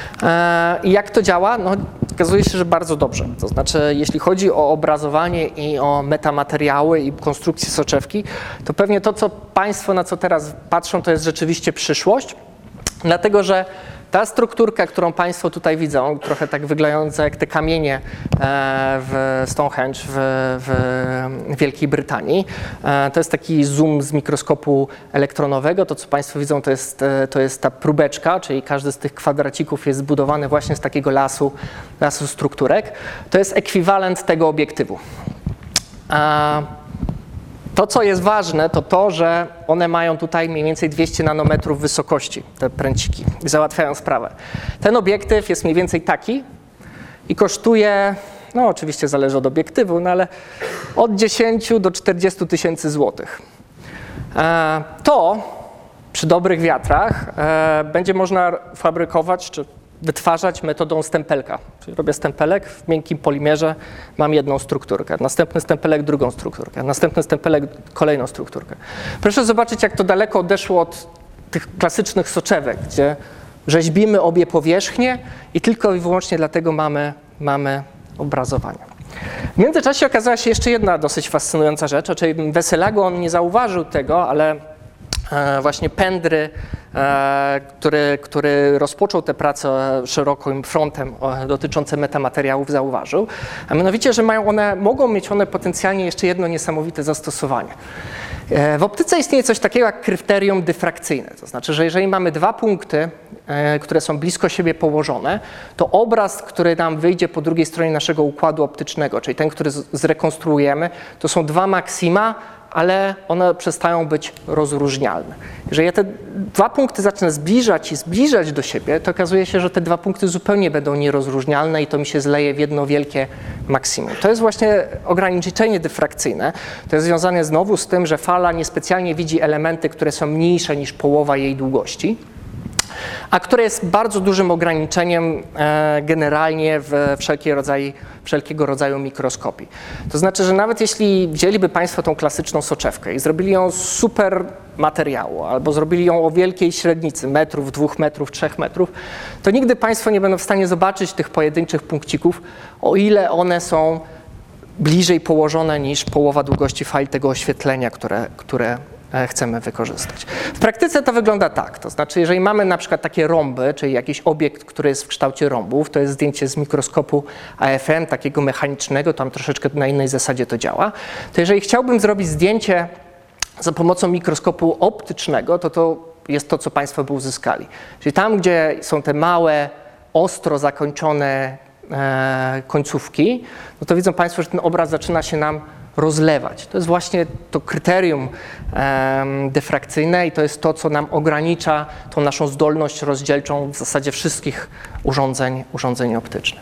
I jak to działa? No, okazuje się, że bardzo dobrze. To znaczy, jeśli chodzi o obrazowanie i o metamateriały i konstrukcję soczewki, to pewnie to, co Państwo na co teraz patrzą, to jest rzeczywiście przyszłość. Dlatego, że ta strukturka, którą Państwo tutaj widzą, trochę tak wyglądająca jak te kamienie w Stonehenge w, w Wielkiej Brytanii, to jest taki zoom z mikroskopu elektronowego. To, co Państwo widzą, to jest, to jest ta próbeczka, czyli każdy z tych kwadracików jest zbudowany właśnie z takiego lasu, lasu strukturek. To jest ekwiwalent tego obiektywu. To, co jest ważne, to to, że one mają tutaj mniej więcej dwieście nanometrów wysokości, te pręciki, i załatwiają sprawę. Ten obiektyw jest mniej więcej taki i kosztuje, no oczywiście zależy od obiektywu, no ale od dziesięciu do czterdziestu tysięcy złotych. To przy dobrych wiatrach będzie można fabrykować, czy wytwarzać metodą stempelka. Czyli robię stempelek w miękkim polimerze, mam jedną strukturkę, następny stempelek drugą strukturkę, następny stempelek kolejną strukturkę. Proszę zobaczyć, jak to daleko odeszło od tych klasycznych soczewek, gdzie rzeźbimy obie powierzchnie i tylko i wyłącznie dlatego mamy, mamy obrazowanie. W międzyczasie okazała się jeszcze jedna dosyć fascynująca rzecz, czyli Vecellego on nie zauważył tego, ale właśnie Pendry, który, który rozpoczął tę pracę szerokim frontem dotyczące metamateriałów, zauważył, a mianowicie, że mają one, mogą mieć one potencjalnie jeszcze jedno niesamowite zastosowanie. W optyce istnieje coś takiego jak kryterium dyfrakcyjne, to znaczy, że jeżeli mamy dwa punkty, które są blisko siebie położone, to obraz, który nam wyjdzie po drugiej stronie naszego układu optycznego, czyli ten, który zrekonstruujemy, to są dwa maksima, ale one przestają być rozróżnialne. Jeżeli ja te dwa punkty zacznę zbliżać i zbliżać do siebie, to okazuje się, że te dwa punkty zupełnie będą nierozróżnialne i to mi się zleje w jedno wielkie maksimum. To jest właśnie ograniczenie dyfrakcyjne. To jest związane znowu z tym, że fala niespecjalnie widzi elementy, które są mniejsze niż połowa jej długości. a które jest bardzo dużym ograniczeniem e, generalnie w wszelkie rodzaje, wszelkiego rodzaju mikroskopii. To znaczy, że nawet jeśli wzięliby Państwo tą klasyczną soczewkę i zrobili ją z super materiału, albo zrobili ją o wielkiej średnicy, metrów, dwóch metrów, trzech metrów, to nigdy Państwo nie będą w stanie zobaczyć tych pojedynczych punkcików, o ile one są bliżej położone niż połowa długości fali tego oświetlenia, które, które chcemy wykorzystać. W praktyce to wygląda tak, to znaczy jeżeli mamy na przykład takie rąby, czyli jakiś obiekt, który jest w kształcie rąbów, to jest zdjęcie z mikroskopu A F M, takiego mechanicznego, tam troszeczkę na innej zasadzie to działa, to jeżeli chciałbym zrobić zdjęcie za pomocą mikroskopu optycznego, to to jest to, co Państwo by uzyskali. Czyli tam, gdzie są te małe, ostro zakończone e, końcówki, no to widzą Państwo, że ten obraz zaczyna się nam rozlewać. To jest właśnie to kryterium um, dyfrakcyjne i to jest to, co nam ogranicza tą naszą zdolność rozdzielczą w zasadzie wszystkich urządzeń, urządzeń optycznych.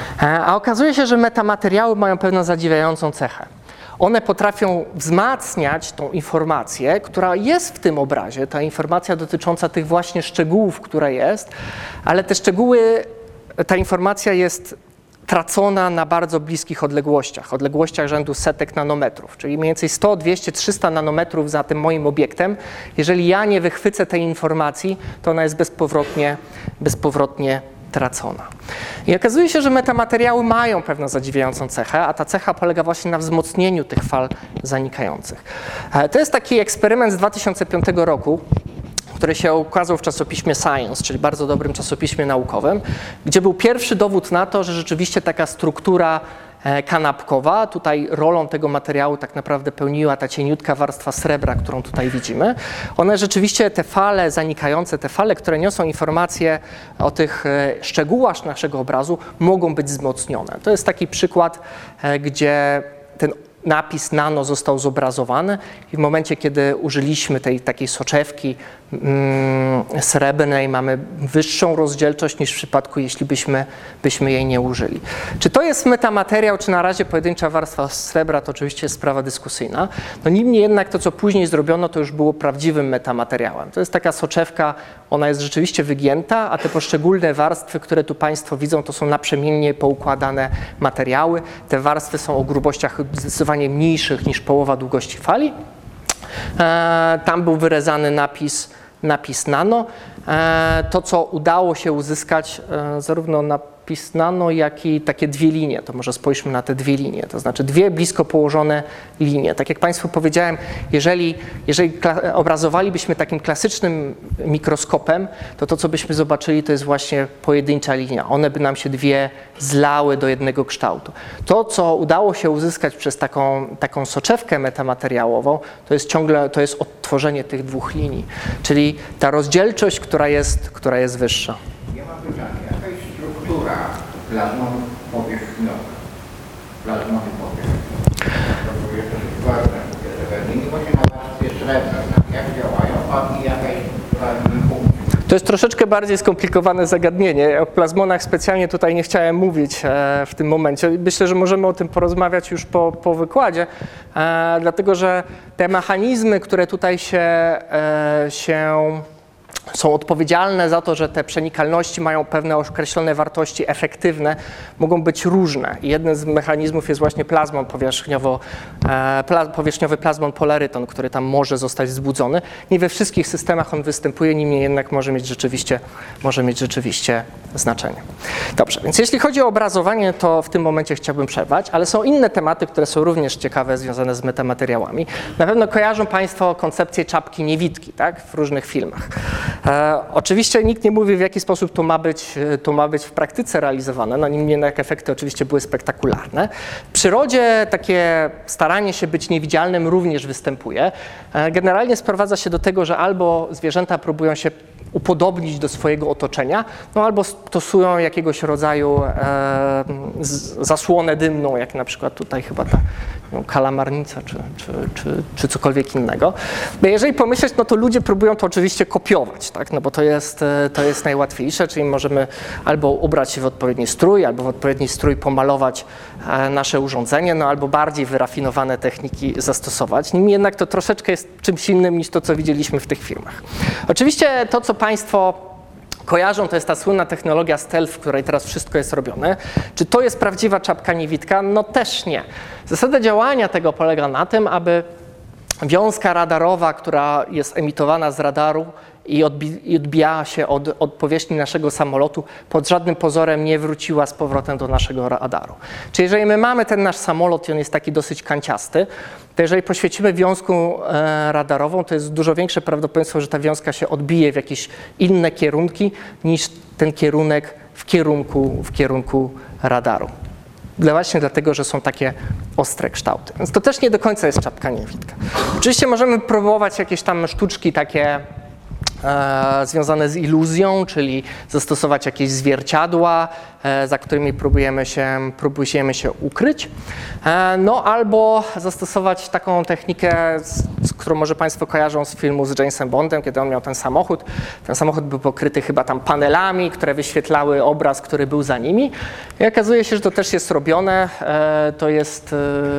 A okazuje się, że metamateriały mają pewną zadziwiającą cechę. One potrafią wzmacniać tą informację, która jest w tym obrazie, ta informacja dotycząca tych właśnie szczegółów, która jest, ale te szczegóły, ta informacja jest tracona na bardzo bliskich odległościach, odległościach rzędu setek nanometrów, czyli mniej więcej sto, dwieście, trzysta nanometrów za tym moim obiektem. Jeżeli ja nie wychwycę tej informacji, to ona jest bezpowrotnie, bezpowrotnie tracona. I okazuje się, że metamateriały mają pewną zadziwiającą cechę, a ta cecha polega właśnie na wzmocnieniu tych fal zanikających. To jest taki eksperyment z dwa tysiące piątego roku, który się ukazał w czasopiśmie Science, czyli bardzo dobrym czasopiśmie naukowym, gdzie był pierwszy dowód na to, że rzeczywiście taka struktura kanapkowa, tutaj rolą tego materiału tak naprawdę pełniła ta cieniutka warstwa srebra, którą tutaj widzimy. One rzeczywiście, te fale zanikające, te fale, które niosą informacje o tych szczegółach naszego obrazu, mogą być wzmocnione. To jest taki przykład, gdzie ten napis nano został zobrazowany i w momencie, kiedy użyliśmy tej takiej soczewki mm, srebrnej, mamy wyższą rozdzielczość niż w przypadku, jeśli byśmy, byśmy jej nie użyli. Czy to jest metamateriał, czy na razie pojedyncza warstwa srebra, to oczywiście jest sprawa dyskusyjna. No niemniej jednak to, co później zrobiono, to już było prawdziwym metamateriałem. To jest taka soczewka, ona jest rzeczywiście wygięta, a te poszczególne warstwy, które tu Państwo widzą, to są naprzemiennie poukładane materiały. Te warstwy są o grubościach zdecydowanie mniejszych niż połowa długości fali. E, tam był wyrezany napis, napis nano. E, to, co udało się uzyskać, e, zarówno napis nano, jak i takie dwie linie. To może spójrzmy na te dwie linie, to znaczy dwie blisko położone linie. Tak jak Państwu powiedziałem, jeżeli, jeżeli obrazowalibyśmy takim klasycznym mikroskopem, to to, co byśmy zobaczyli, to jest właśnie pojedyncza linia. One by nam się dwie zlały do jednego kształtu. To, co udało się uzyskać przez taką, taką soczewkę metamateriałową, to jest ciągle, to jest odtworzenie tych dwóch linii, czyli ta rozdzielczość, która jest, która jest wyższa. Ja mam pytanie, jaka jest struktura plazmonu powierzchniowa? Plazmonu powierzchniowa. To jest dosyć ważne, że właśnie na warstwie srebrnej, jak działają, a i jaka jest struktura funkcji. To jest troszeczkę bardziej skomplikowane zagadnienie. O plazmonach specjalnie tutaj nie chciałem mówić e, w tym momencie. Myślę, że możemy o tym porozmawiać już po, po wykładzie, e, dlatego że te mechanizmy, które tutaj się, e, się są odpowiedzialne za to, że te przenikalności mają pewne określone wartości efektywne, mogą być różne. I jednym z mechanizmów jest właśnie plazmon powierzchniowo, e, pla, powierzchniowy plazmon polaryton, który tam może zostać wzbudzony. Nie we wszystkich systemach on występuje, niemniej jednak może mieć rzeczywiście, może mieć rzeczywiście znaczenie. Dobrze, więc jeśli chodzi o obrazowanie, to w tym momencie chciałbym przerwać, ale są inne tematy, które są również ciekawe, związane z metamateriałami. Na pewno kojarzą Państwo koncepcję czapki niewidki, tak, w różnych filmach. E, oczywiście nikt nie mówi, w jaki sposób to ma być, to ma być w praktyce realizowane, no niemniej jednak efekty oczywiście były spektakularne. W przyrodzie takie staranie się być niewidzialnym również występuje. E, generalnie sprowadza się do tego, że albo zwierzęta próbują się upodobnić do swojego otoczenia, no albo stosują jakiegoś rodzaju e, z, zasłonę dymną, jak na przykład tutaj chyba ta no, kalamarnica czy, czy, czy, czy cokolwiek innego. Jeżeli pomyśleć, no to ludzie próbują to oczywiście kopiować, tak? No bo to jest, to jest najłatwiejsze, czyli możemy albo ubrać się w odpowiedni strój, albo w odpowiedni strój pomalować e, nasze urządzenie, no albo bardziej wyrafinowane techniki zastosować. Niemniej jednak to troszeczkę jest czymś innym niż to, co widzieliśmy w tych filmach. Oczywiście to, co Państwo kojarzą, to jest ta słynna technologia stealth, w której teraz wszystko jest robione. Czy to jest prawdziwa czapka niewidka? No też nie. Zasada działania tego polega na tym, aby wiązka radarowa, która jest emitowana z radaru i, odbi i odbijała się od, od powierzchni naszego samolotu, pod żadnym pozorem nie wróciła z powrotem do naszego radaru. Czyli jeżeli my mamy ten nasz samolot i on jest taki dosyć kanciasty, to jeżeli poświecimy wiązką e, radarową, to jest dużo większe prawdopodobieństwo, że ta wiązka się odbije w jakieś inne kierunki niż ten kierunek w kierunku, w kierunku radaru. Właśnie dlatego, że są takie ostre kształty. Więc to też nie do końca jest czapka niewidka. Oczywiście możemy próbować jakieś tam sztuczki takie e, związane z iluzją, czyli zastosować jakieś zwierciadła, e, za którymi próbujemy się, próbujemy się ukryć. E, no albo zastosować taką technikę, z, z którą może Państwo kojarzą z filmu z Jamesem Bondem, kiedy on miał ten samochód. Ten samochód był pokryty chyba tam panelami, które wyświetlały obraz, który był za nimi. I okazuje się, że to też jest robione. E, to jest e,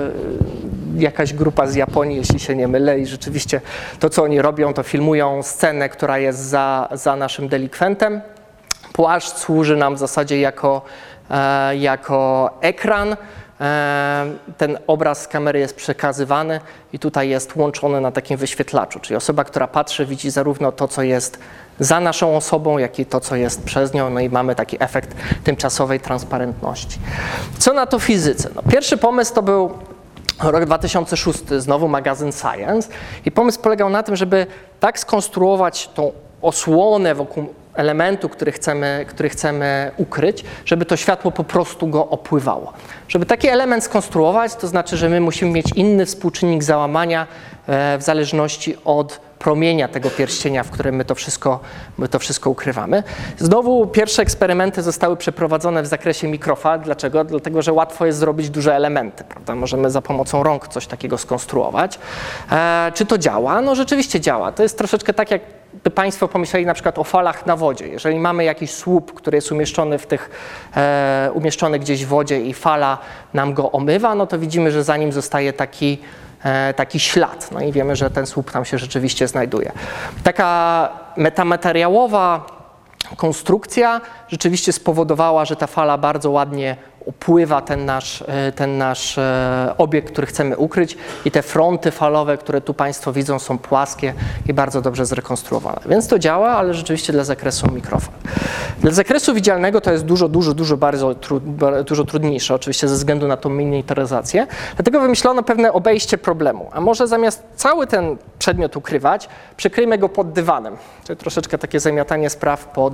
jakaś grupa z Japonii, jeśli się nie mylę, i rzeczywiście to, co oni robią, to filmują scenę, która jest za, za naszym delikwentem. Płaszcz służy nam w zasadzie jako, e, jako ekran. E, ten obraz z kamery jest przekazywany i tutaj jest łączony na takim wyświetlaczu, czyli osoba, która patrzy, widzi zarówno to, co jest za naszą osobą, jak i to, co jest przez nią, no i mamy taki efekt tymczasowej transparentności. Co na to fizycy? No, pierwszy pomysł to był rok dwa tysiące szósty, znowu magazyn Science, i pomysł polegał na tym, żeby tak skonstruować tą osłonę wokół elementu, który chcemy, który chcemy ukryć, żeby to światło po prostu go opływało. Żeby taki element skonstruować, to znaczy, że my musimy mieć inny współczynnik załamania e, w zależności od promienia tego pierścienia, w którym my to wszystko, my to wszystko ukrywamy. Znowu pierwsze eksperymenty zostały przeprowadzone w zakresie mikrofal. Dlaczego? Dlatego, że łatwo jest zrobić duże elementy, prawda? Możemy za pomocą rąk coś takiego skonstruować. E, czy to działa? No rzeczywiście działa. To jest troszeczkę tak, jak by Państwo pomyśleli na przykład o falach na wodzie. Jeżeli mamy jakiś słup, który jest umieszczony w tych, e, umieszczony gdzieś w wodzie i fala nam go omywa, no to widzimy, że za nim zostaje taki, e, taki ślad. No i wiemy, że ten słup tam się rzeczywiście znajduje. Taka metamateriałowa konstrukcja rzeczywiście spowodowała, że ta fala bardzo ładnie upływa ten nasz, ten nasz obiekt, który chcemy ukryć, i te fronty falowe, które tu Państwo widzą, są płaskie i bardzo dobrze zrekonstruowane. Więc to działa, ale rzeczywiście dla zakresu mikrofal. Dla zakresu widzialnego to jest dużo, dużo, dużo bardzo tru, dużo trudniejsze, oczywiście ze względu na tą miniaturyzację. Dlatego wymyślono pewne obejście problemu. A może zamiast cały ten przedmiot ukrywać, przykryjmy go pod dywanem. Czyli troszeczkę takie zamiatanie spraw pod,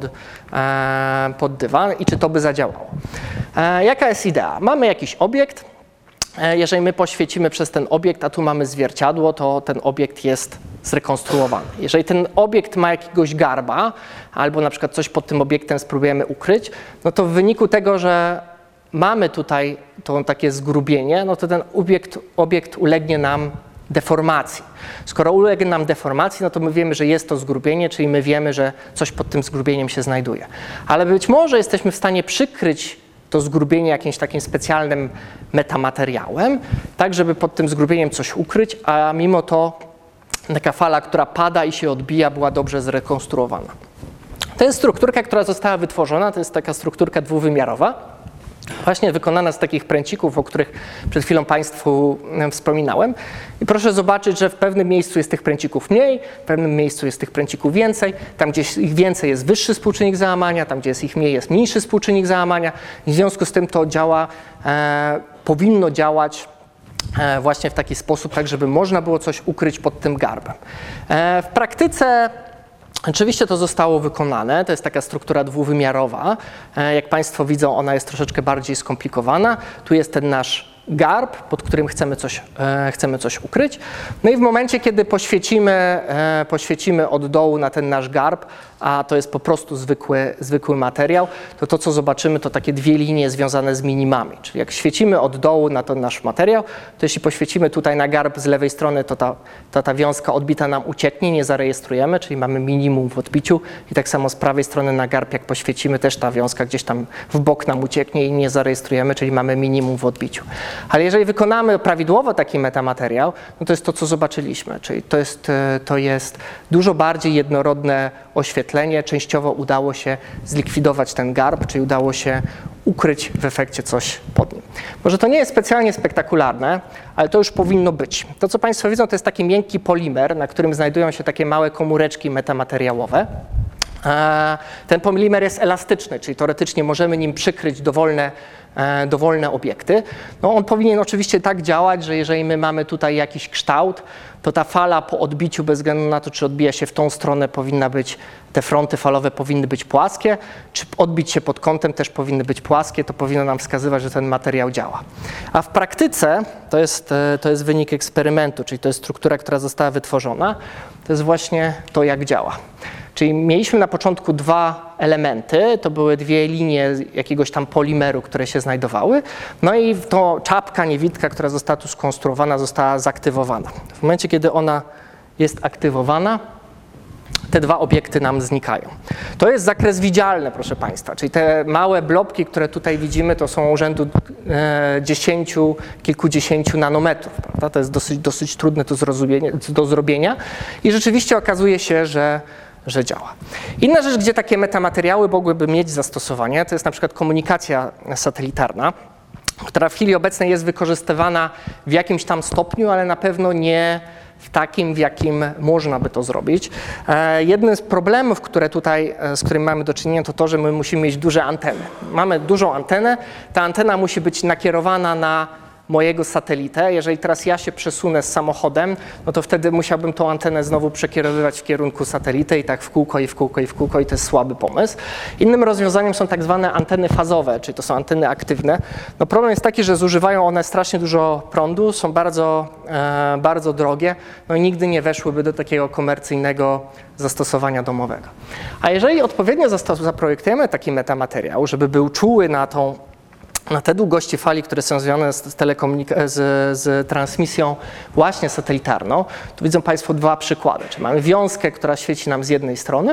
e, pod dywan, i czy to by zadziałało. E, jaka jest idea? Mamy jakiś obiekt. E, jeżeli my poświecimy przez ten obiekt, a tu mamy zwierciadło, to ten obiekt jest zrekonstruowany. Jeżeli ten obiekt ma jakiegoś garba, albo na przykład coś pod tym obiektem spróbujemy ukryć, no to w wyniku tego, że mamy tutaj to takie zgrubienie, no to ten obiekt, obiekt ulegnie nam deformacji. Skoro ulegnie nam deformacji, no to my wiemy, że jest to zgrubienie, czyli my wiemy, że coś pod tym zgrubieniem się znajduje. Ale być może jesteśmy w stanie przykryć to zgrubienie jakimś takim specjalnym metamateriałem, tak żeby pod tym zgrubieniem coś ukryć, a mimo to taka fala, która pada i się odbija, była dobrze zrekonstruowana. To jest strukturka, która została wytworzona, to jest taka strukturka dwuwymiarowa, właśnie wykonana z takich pręcików, o których przed chwilą Państwu wspominałem. I proszę zobaczyć, że w pewnym miejscu jest tych pręcików mniej, w pewnym miejscu jest tych pręcików więcej. Tam, gdzie ich więcej, jest wyższy współczynnik załamania, tam, gdzie jest ich mniej, jest mniejszy współczynnik załamania. I w związku z tym to działa, e, powinno działać e, właśnie w taki sposób, tak żeby można było coś ukryć pod tym garbem. E, w praktyce oczywiście to zostało wykonane, to jest taka struktura dwuwymiarowa. Jak Państwo widzą, ona jest troszeczkę bardziej skomplikowana. Tu jest ten nasz garb, pod którym chcemy coś, e, chcemy coś ukryć. No i w momencie, kiedy poświecimy, e, poświecimy od dołu na ten nasz garb, a to jest po prostu zwykły, zwykły materiał, to to, co zobaczymy, to takie dwie linie związane z minimami. Czyli jak świecimy od dołu na ten nasz materiał, to jeśli poświecimy tutaj na garb z lewej strony, to ta, to ta wiązka odbita nam ucieknie, nie zarejestrujemy, czyli mamy minimum w odbiciu, i tak samo z prawej strony na garb, jak poświecimy, też ta wiązka gdzieś tam w bok nam ucieknie i nie zarejestrujemy, czyli mamy minimum w odbiciu. Ale jeżeli wykonamy prawidłowo taki metamateriał, no to jest to, co zobaczyliśmy, czyli to jest, to jest dużo bardziej jednorodne oświetlenie. Częściowo udało się zlikwidować ten garb, czyli udało się ukryć w efekcie coś pod nim. Może to nie jest specjalnie spektakularne, ale to już powinno być. To, co Państwo widzą, to jest taki miękki polimer, na którym znajdują się takie małe komóreczki metamateriałowe. Ten polimer jest elastyczny, czyli teoretycznie możemy nim przykryć dowolne, dowolne obiekty. No on powinien oczywiście tak działać, że jeżeli my mamy tutaj jakiś kształt, to ta fala po odbiciu, bez względu na to, czy odbija się w tą stronę, powinna być, te fronty falowe powinny być płaskie, czy odbić się pod kątem też powinny być płaskie, to powinno nam wskazywać, że ten materiał działa. A w praktyce, to jest, to jest wynik eksperymentu, czyli to jest struktura, która została wytworzona, to jest właśnie to, jak działa. Czyli mieliśmy na początku dwa elementy, to były dwie linie jakiegoś tam polimeru, które się znajdowały, no i to czapka, niewidka, która została tu skonstruowana, została zaktywowana. W momencie, kiedy ona jest aktywowana, te dwa obiekty nam znikają. To jest zakres widzialny, proszę Państwa, czyli te małe blobki, które tutaj widzimy, to są rzędu e, dziesięciu, kilkudziesięciu nanometrów, prawda? To jest dosyć, dosyć trudne do zrozumienia, do zrobienia i rzeczywiście okazuje się, że że działa. Inna rzecz, gdzie takie metamateriały mogłyby mieć zastosowanie, to jest na przykład komunikacja satelitarna, która w chwili obecnej jest wykorzystywana w jakimś tam stopniu, ale na pewno nie w takim, w jakim można by to zrobić. E, jednym z problemów, które tutaj, z którym mamy do czynienia, to to, że my musimy mieć duże anteny. Mamy dużą antenę, ta antena musi być nakierowana na mojego satelitę. Jeżeli teraz ja się przesunę z samochodem, no to wtedy musiałbym tą antenę znowu przekierowywać w kierunku satelity i tak w kółko i w kółko i w kółko i to jest słaby pomysł. Innym rozwiązaniem są tak zwane anteny fazowe, czyli to są anteny aktywne. No problem jest taki, że zużywają one strasznie dużo prądu, są bardzo, e, bardzo drogie, no i nigdy nie weszłyby do takiego komercyjnego zastosowania domowego. A jeżeli odpowiednio zaprojektujemy taki metamateriał, żeby był czuły na tą na te długości fali, które są związane z, telekomunika- z, z transmisją właśnie satelitarną, tu widzą Państwo dwa przykłady. Czyli mamy wiązkę, która świeci nam z jednej strony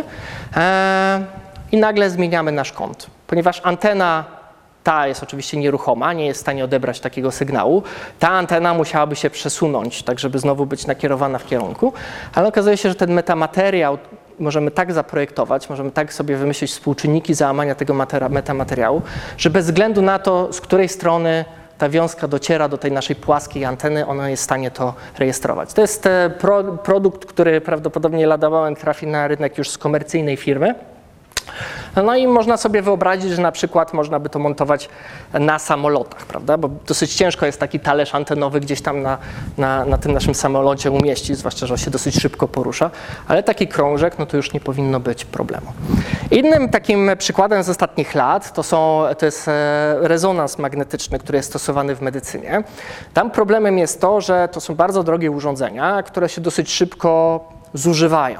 e, i nagle zmieniamy nasz kąt. Ponieważ antena ta jest oczywiście nieruchoma, nie jest w stanie odebrać takiego sygnału, ta antena musiałaby się przesunąć, tak żeby znowu być nakierowana w kierunku, ale okazuje się, że ten metamateriał możemy tak zaprojektować, możemy tak sobie wymyślić współczynniki załamania tego metamateriału, że bez względu na to, z której strony ta wiązka dociera do tej naszej płaskiej anteny, ona jest w stanie to rejestrować. To jest pro, produkt, który prawdopodobnie lada moment trafi na rynek już z komercyjnej firmy. No i można sobie wyobrazić, że na przykład można by to montować na samolotach, prawda? Bo dosyć ciężko jest taki talerz antenowy gdzieś tam na, na, na tym naszym samolocie umieścić, zwłaszcza, że on się dosyć szybko porusza, ale taki krążek, no to już nie powinno być problemu. Innym takim przykładem z ostatnich lat to, są, to jest rezonans magnetyczny, który jest stosowany w medycynie. Tam problemem jest to, że to są bardzo drogie urządzenia, które się dosyć szybko zużywają.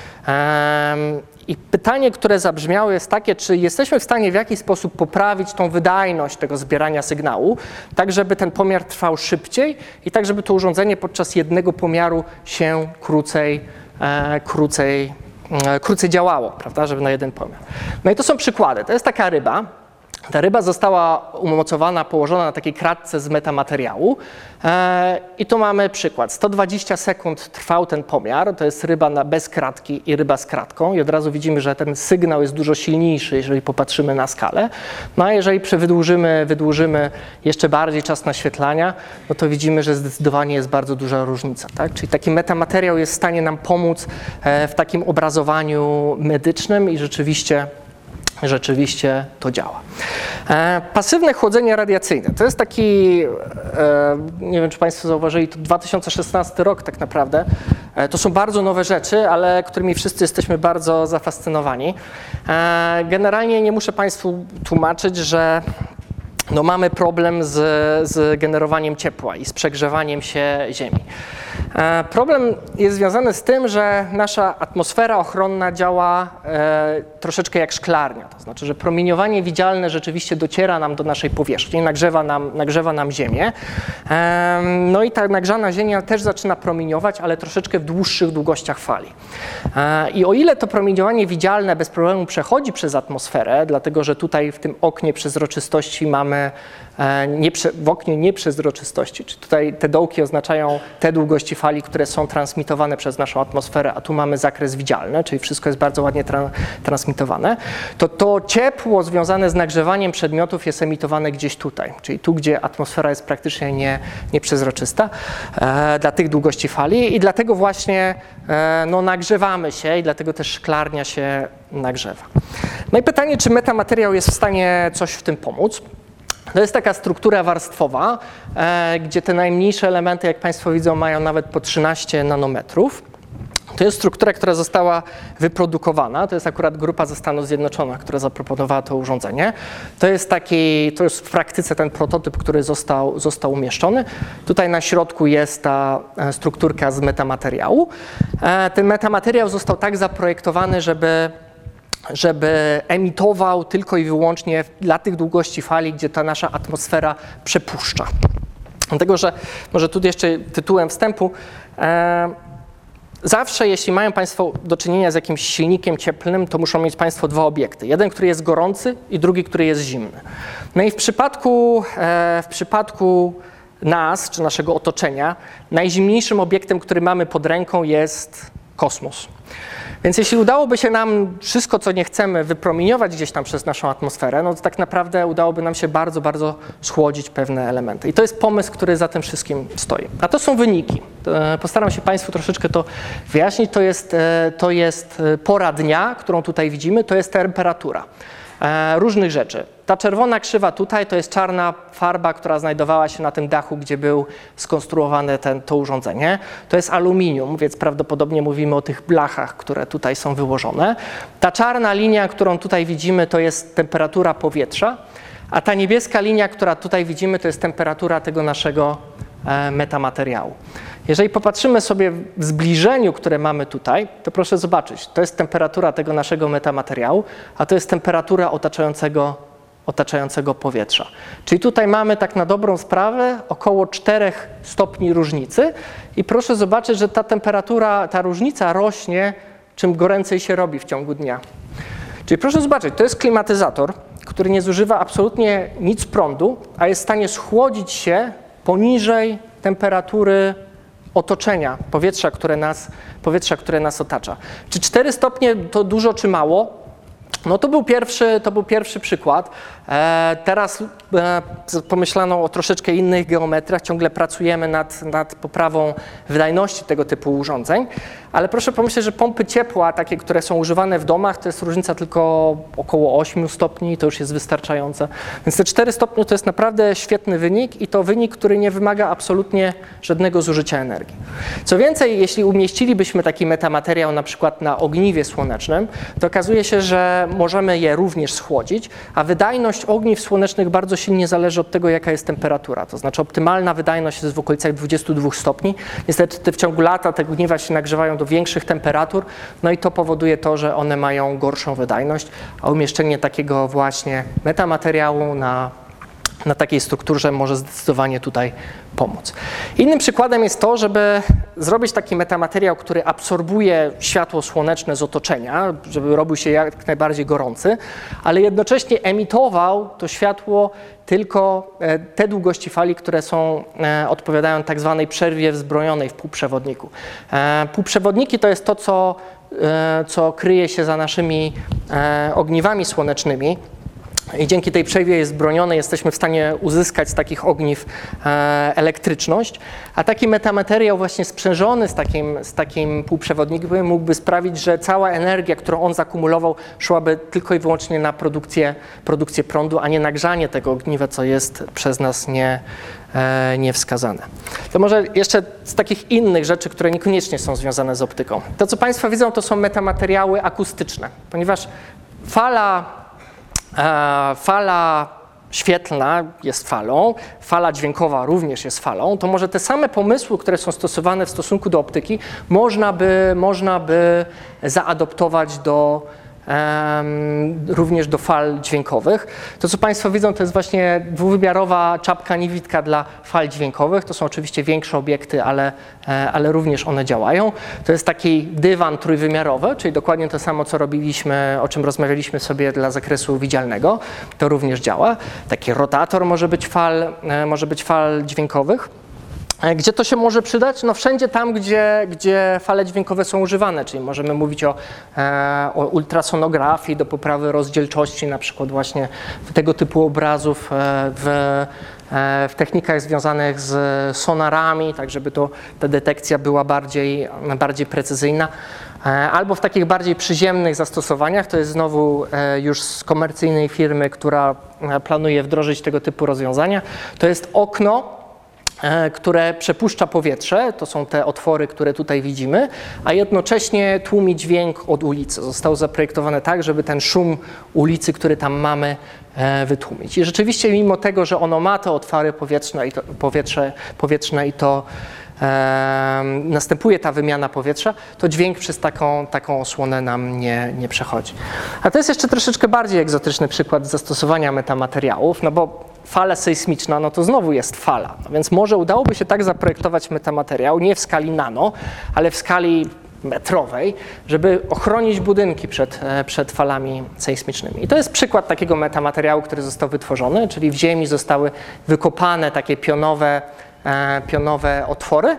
Um, I pytanie, które zabrzmiało, jest takie, czy jesteśmy w stanie w jakiś sposób poprawić tą wydajność tego zbierania sygnału, tak żeby ten pomiar trwał szybciej i tak żeby to urządzenie podczas jednego pomiaru się krócej, e, krócej, e, krócej działało, prawda, żeby na jeden pomiar. No i to są przykłady. To jest taka ryba. Ta ryba została umocowana, położona na takiej kratce z metamateriału e, i tu mamy przykład. sto dwadzieścia sekund trwał ten pomiar, to jest ryba na, bez kratki i ryba z kratką i od razu widzimy, że ten sygnał jest dużo silniejszy, jeżeli popatrzymy na skalę. No a jeżeli wydłużymy, wydłużymy jeszcze bardziej czas naświetlania, no to widzimy, że zdecydowanie jest bardzo duża różnica. Tak? Czyli taki metamateriał jest w stanie nam pomóc e, w takim obrazowaniu medycznym i rzeczywiście Rzeczywiście to działa. E, pasywne chłodzenie radiacyjne. To jest taki, e, nie wiem czy Państwo zauważyli, to dwa tysiące szesnasty rok tak naprawdę. E, to są bardzo nowe rzeczy, ale którymi wszyscy jesteśmy bardzo zafascynowani. E, generalnie nie muszę Państwu tłumaczyć, że no mamy problem z, z generowaniem ciepła i z przegrzewaniem się Ziemi. E, problem jest związany z tym, że nasza atmosfera ochronna działa e, troszeczkę jak szklarnia. To znaczy, że promieniowanie widzialne rzeczywiście dociera nam do naszej powierzchni, nagrzewa nam, nagrzewa nam Ziemię. E, no i ta nagrzana Ziemia też zaczyna promieniować, ale troszeczkę w dłuższych długościach fali. E, I o ile to promieniowanie widzialne bez problemu przechodzi przez atmosferę, dlatego że tutaj w tym oknie przezroczystości mamy e, nie, w oknie nieprzezroczystości, czy tutaj te dołki oznaczają te długości fali, które są transmitowane przez naszą atmosferę, a tu mamy zakres widzialny, czyli wszystko jest bardzo ładnie tra transmitowane, to to ciepło związane z nagrzewaniem przedmiotów jest emitowane gdzieś tutaj, czyli tu, gdzie atmosfera jest praktycznie nie, nieprzezroczysta e, dla tych długości fali i dlatego właśnie e, no, nagrzewamy się i dlatego też szklarnia się nagrzewa. No i pytanie, czy metamateriał jest w stanie coś w tym pomóc? To jest taka struktura warstwowa, e, gdzie te najmniejsze elementy, jak Państwo widzą, mają nawet po trzynaście nanometrów. To jest struktura, która została wyprodukowana. To jest akurat grupa ze Stanów Zjednoczonych, która zaproponowała to urządzenie. To jest taki, to jest w praktyce ten prototyp, który został, został umieszczony. Tutaj na środku jest ta strukturka z metamateriału. E, ten metamateriał został tak zaprojektowany, żeby żeby emitował tylko i wyłącznie dla tych długości fali, gdzie ta nasza atmosfera przepuszcza. Dlatego, że może tu jeszcze tytułem wstępu, e, zawsze jeśli mają Państwo do czynienia z jakimś silnikiem cieplnym, to muszą mieć Państwo dwa obiekty. Jeden, który jest gorący i drugi, który jest zimny. No i w przypadku, e, w przypadku nas, czy naszego otoczenia, najzimniejszym obiektem, który mamy pod ręką, jest kosmos. Więc jeśli udałoby się nam wszystko, co nie chcemy, wypromieniować gdzieś tam przez naszą atmosferę, no to tak naprawdę udałoby nam się bardzo, bardzo schłodzić pewne elementy. I to jest pomysł, który za tym wszystkim stoi. A to są wyniki. Postaram się Państwu troszeczkę to wyjaśnić. To jest, to jest pora dnia, którą tutaj widzimy, to jest temperatura różnych rzeczy. Ta czerwona krzywa tutaj to jest czarna farba, która znajdowała się na tym dachu, gdzie był skonstruowane ten, to urządzenie. To jest aluminium, więc prawdopodobnie mówimy o tych blachach, które tutaj są wyłożone. Ta czarna linia, którą tutaj widzimy, to jest temperatura powietrza, a ta niebieska linia, która tutaj widzimy, to jest temperatura tego naszego e, metamateriału. Jeżeli popatrzymy sobie w zbliżeniu, które mamy tutaj, to proszę zobaczyć, to jest temperatura tego naszego metamateriału, a to jest temperatura otaczającego, otaczającego powietrza. Czyli tutaj mamy tak na dobrą sprawę około czterech stopni różnicy i proszę zobaczyć, że ta temperatura, ta różnica rośnie, czym goręcej się robi w ciągu dnia. Czyli proszę zobaczyć, to jest klimatyzator, który nie zużywa absolutnie nic prądu, a jest w stanie schłodzić się poniżej temperatury otoczenia, powietrza, które nas, powietrza, które nas otacza. Czy cztery stopnie to dużo, czy mało? No to był pierwszy, to był pierwszy przykład. E, teraz e, pomyślano o troszeczkę innych geometriach. Ciągle pracujemy nad, nad poprawą wydajności tego typu urządzeń. Ale proszę pomyśleć, że pompy ciepła, takie, które są używane w domach, to jest różnica tylko około ośmiu stopni, to już jest wystarczające. Więc te cztery stopnie to jest naprawdę świetny wynik i to wynik, który nie wymaga absolutnie żadnego zużycia energii. Co więcej, jeśli umieścilibyśmy taki metamateriał na przykład na ogniwie słonecznym, to okazuje się, że możemy je również schłodzić, a wydajność ogniw słonecznych bardzo silnie zależy od tego, jaka jest temperatura. To znaczy optymalna wydajność jest w okolicach dwudziestu dwóch stopni. Niestety w ciągu lata te ogniwa się nagrzewają do większych temperatur, no i to powoduje to, że one mają gorszą wydajność, a umieszczenie takiego właśnie metamateriału na, na takiej strukturze może zdecydowanie tutaj pomóc. Innym przykładem jest to, żeby zrobić taki metamateriał, który absorbuje światło słoneczne z otoczenia, żeby robił się jak najbardziej gorący, ale jednocześnie emitował to światło tylko te długości fali, które są, odpowiadają tak zwanej przerwie wzbrojonej w półprzewodniku. Półprzewodniki to jest to, co, co kryje się za naszymi ogniwami słonecznymi. I dzięki tej przerwie zbronionej jesteśmy w stanie uzyskać z takich ogniw e, elektryczność, a taki metamateriał właśnie sprzężony z takim, z takim półprzewodnikiem mógłby sprawić, że cała energia, którą on zakumulował, szłaby tylko i wyłącznie na produkcję, produkcję prądu, a nie nagrzanie tego ogniwa, co jest przez nas nie, e, niewskazane. To może jeszcze z takich innych rzeczy, które niekoniecznie są związane z optyką. To, co Państwo widzą, to są metamateriały akustyczne, ponieważ fala Fala świetlna jest falą, fala dźwiękowa również jest falą, to może te same pomysły, które są stosowane w stosunku do optyki, można by, można by zaadoptować do, um, również do fal dźwiękowych. To, co Państwo widzą, to jest właśnie dwuwymiarowa czapka niewidka dla fal dźwiękowych. To są oczywiście większe obiekty, ale, ale również one działają. To jest taki dywan trójwymiarowy, czyli dokładnie to samo, co robiliśmy, o czym rozmawialiśmy sobie dla zakresu widzialnego. To również działa. Taki rotator może być fal, może być fal dźwiękowych. Gdzie to się może przydać? No wszędzie tam, gdzie, gdzie fale dźwiękowe są używane, czyli możemy mówić o, e, o ultrasonografii do poprawy rozdzielczości, na przykład właśnie tego typu obrazów, e, w, e, w technikach związanych z sonarami, tak żeby to, ta detekcja była bardziej, bardziej precyzyjna. E, albo w takich bardziej przyziemnych zastosowaniach, to jest znowu e, już z komercyjnej firmy, która planuje wdrożyć tego typu rozwiązania, to jest okno, które przepuszcza powietrze, to są te otwory, które tutaj widzimy, a jednocześnie tłumi dźwięk od ulicy. Zostało zaprojektowane tak, żeby ten szum ulicy, który tam mamy, wytłumić. I rzeczywiście mimo tego, że ono ma te otwory powietrzne i to, powietrze, powietrzne i to e, następuje ta wymiana powietrza, to dźwięk przez taką, taką osłonę nam nie, nie przechodzi. A to jest jeszcze troszeczkę bardziej egzotyczny przykład zastosowania metamateriałów, no bo fala sejsmiczna, no to znowu jest fala. No więc może udałoby się tak zaprojektować metamateriał, nie w skali nano, ale w skali metrowej, żeby ochronić budynki przed, przed falami sejsmicznymi. I to jest przykład takiego metamateriału, który został wytworzony, czyli w ziemi zostały wykopane takie pionowe, pionowe otwory.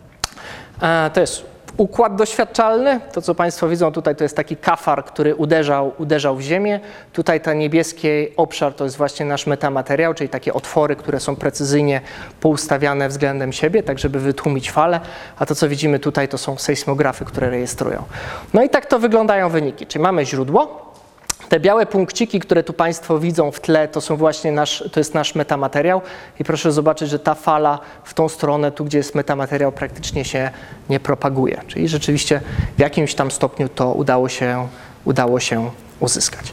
To jest układ doświadczalny, to co Państwo widzą tutaj, to jest taki kafar, który uderzał, uderzał w ziemię. Tutaj ten niebieski obszar to jest właśnie nasz metamateriał, czyli takie otwory, które są precyzyjnie poustawiane względem siebie, tak żeby wytłumić falę, a to co widzimy tutaj to są sejsmografy, które rejestrują. No i tak to wyglądają wyniki, czyli mamy źródło. Te białe punkciki, które tu Państwo widzą w tle, to są właśnie nasz, to jest nasz metamateriał i proszę zobaczyć, że ta fala w tą stronę, tu gdzie jest metamateriał, praktycznie się nie propaguje. Czyli rzeczywiście w jakimś tam stopniu to udało się, udało się uzyskać.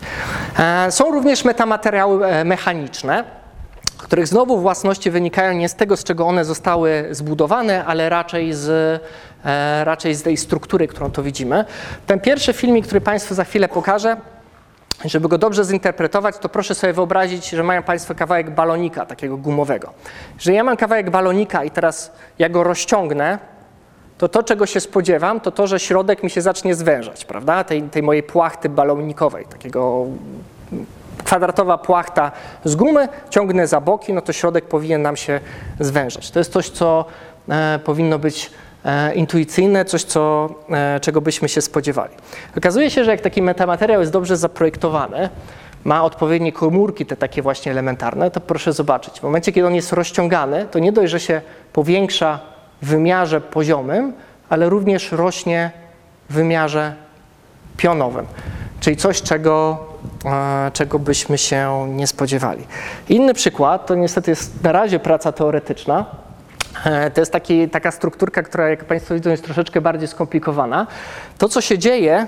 Są również metamateriały mechaniczne, których znowu własności wynikają nie z tego, z czego one zostały zbudowane, ale raczej z, raczej z tej struktury, którą tu widzimy. Ten pierwszy filmik, który Państwu za chwilę pokażę, żeby go dobrze zinterpretować, to proszę sobie wyobrazić, że mają Państwo kawałek balonika takiego gumowego. Że ja mam kawałek balonika i teraz jak go rozciągnę, to to, czego się spodziewam, to to, że środek mi się zacznie zwężać, prawda? Tej, tej mojej płachty balonikowej, takiego kwadratowa płachta z gumy, ciągnę za boki, no to środek powinien nam się zwężać. To jest coś, co e, powinno być E, intuicyjne, coś, co, e, czego byśmy się spodziewali. Okazuje się, że jak taki metamateriał jest dobrze zaprojektowany, ma odpowiednie komórki, te takie właśnie elementarne, to proszę zobaczyć, w momencie, kiedy on jest rozciągany, to nie dość, że się powiększa w wymiarze poziomym, ale również rośnie w wymiarze pionowym, czyli coś, czego, e, czego byśmy się nie spodziewali. Inny przykład, to niestety jest na razie praca teoretyczna. To jest taki, taka strukturka, która, jak Państwo widzą, jest troszeczkę bardziej skomplikowana. To, co się dzieje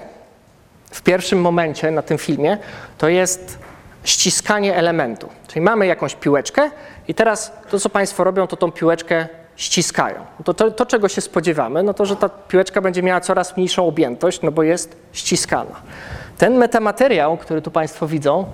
w pierwszym momencie na tym filmie, to jest ściskanie elementu. Czyli mamy jakąś piłeczkę i teraz to, co Państwo robią, to tą piłeczkę ściskają. To, to, to czego się spodziewamy, no to, że ta piłeczka będzie miała coraz mniejszą objętość, no bo jest ściskana. Ten metamateriał, który tu Państwo widzą,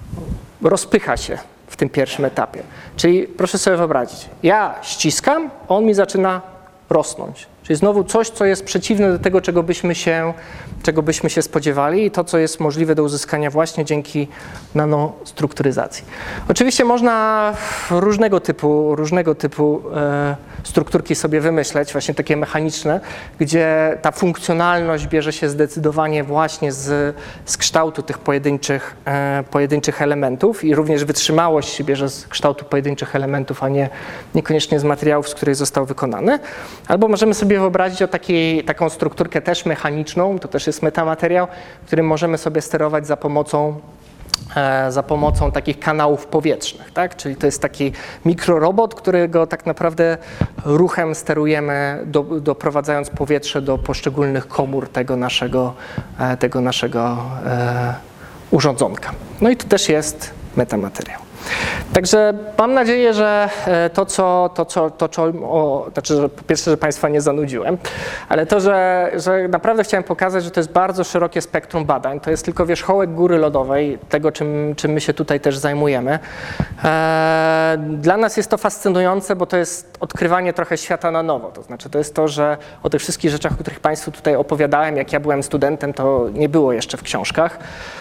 rozpycha się w tym pierwszym etapie. Czyli proszę sobie wyobrazić, ja ściskam, a on mi zaczyna rosnąć. Czyli znowu coś, co jest przeciwne do tego, czego byśmy się, czego byśmy się spodziewali i to, co jest możliwe do uzyskania właśnie dzięki nanostrukturyzacji. Oczywiście można różnego typu, różnego typu e, strukturki sobie wymyśleć, właśnie takie mechaniczne, gdzie ta funkcjonalność bierze się zdecydowanie właśnie z, z kształtu tych pojedynczych, e, pojedynczych elementów i również wytrzymałość się bierze z kształtu pojedynczych elementów, a nie niekoniecznie z materiałów, z których został wykonany. Albo możemy sobie wyobrazić o takiej, taką strukturkę też mechaniczną, to też jest metamateriał, którym możemy sobie sterować za pomocą, e, za pomocą takich kanałów powietrznych, tak? Czyli to jest taki mikrorobot, którego tak naprawdę ruchem sterujemy, do, doprowadzając powietrze do poszczególnych komór tego naszego, e, tego naszego e, urządzonka. No i to też jest metamateriał. Także mam nadzieję, że to, co, to, co, to, co o, znaczy, że po pierwsze, że Państwa nie zanudziłem, ale to, że, że naprawdę chciałem pokazać, że to jest bardzo szerokie spektrum badań. To jest tylko wierzchołek góry lodowej, tego, czym, czym my się tutaj też zajmujemy. Dla nas jest to fascynujące, bo to jest odkrywanie trochę świata na nowo. To znaczy, to jest to, że o tych wszystkich rzeczach, o których Państwu tutaj opowiadałem, jak ja byłem studentem, to nie było jeszcze w książkach.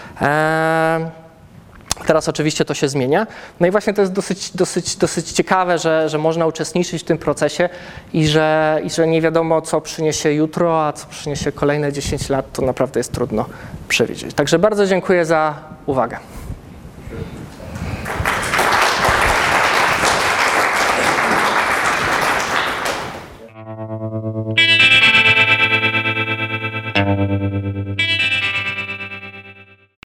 Teraz oczywiście to się zmienia. No i właśnie to jest dosyć, dosyć, dosyć ciekawe, że, że można uczestniczyć w tym procesie i że, i że nie wiadomo, co przyniesie jutro, a co przyniesie kolejne dziesięć lat, to naprawdę jest trudno przewidzieć. Także bardzo dziękuję za uwagę.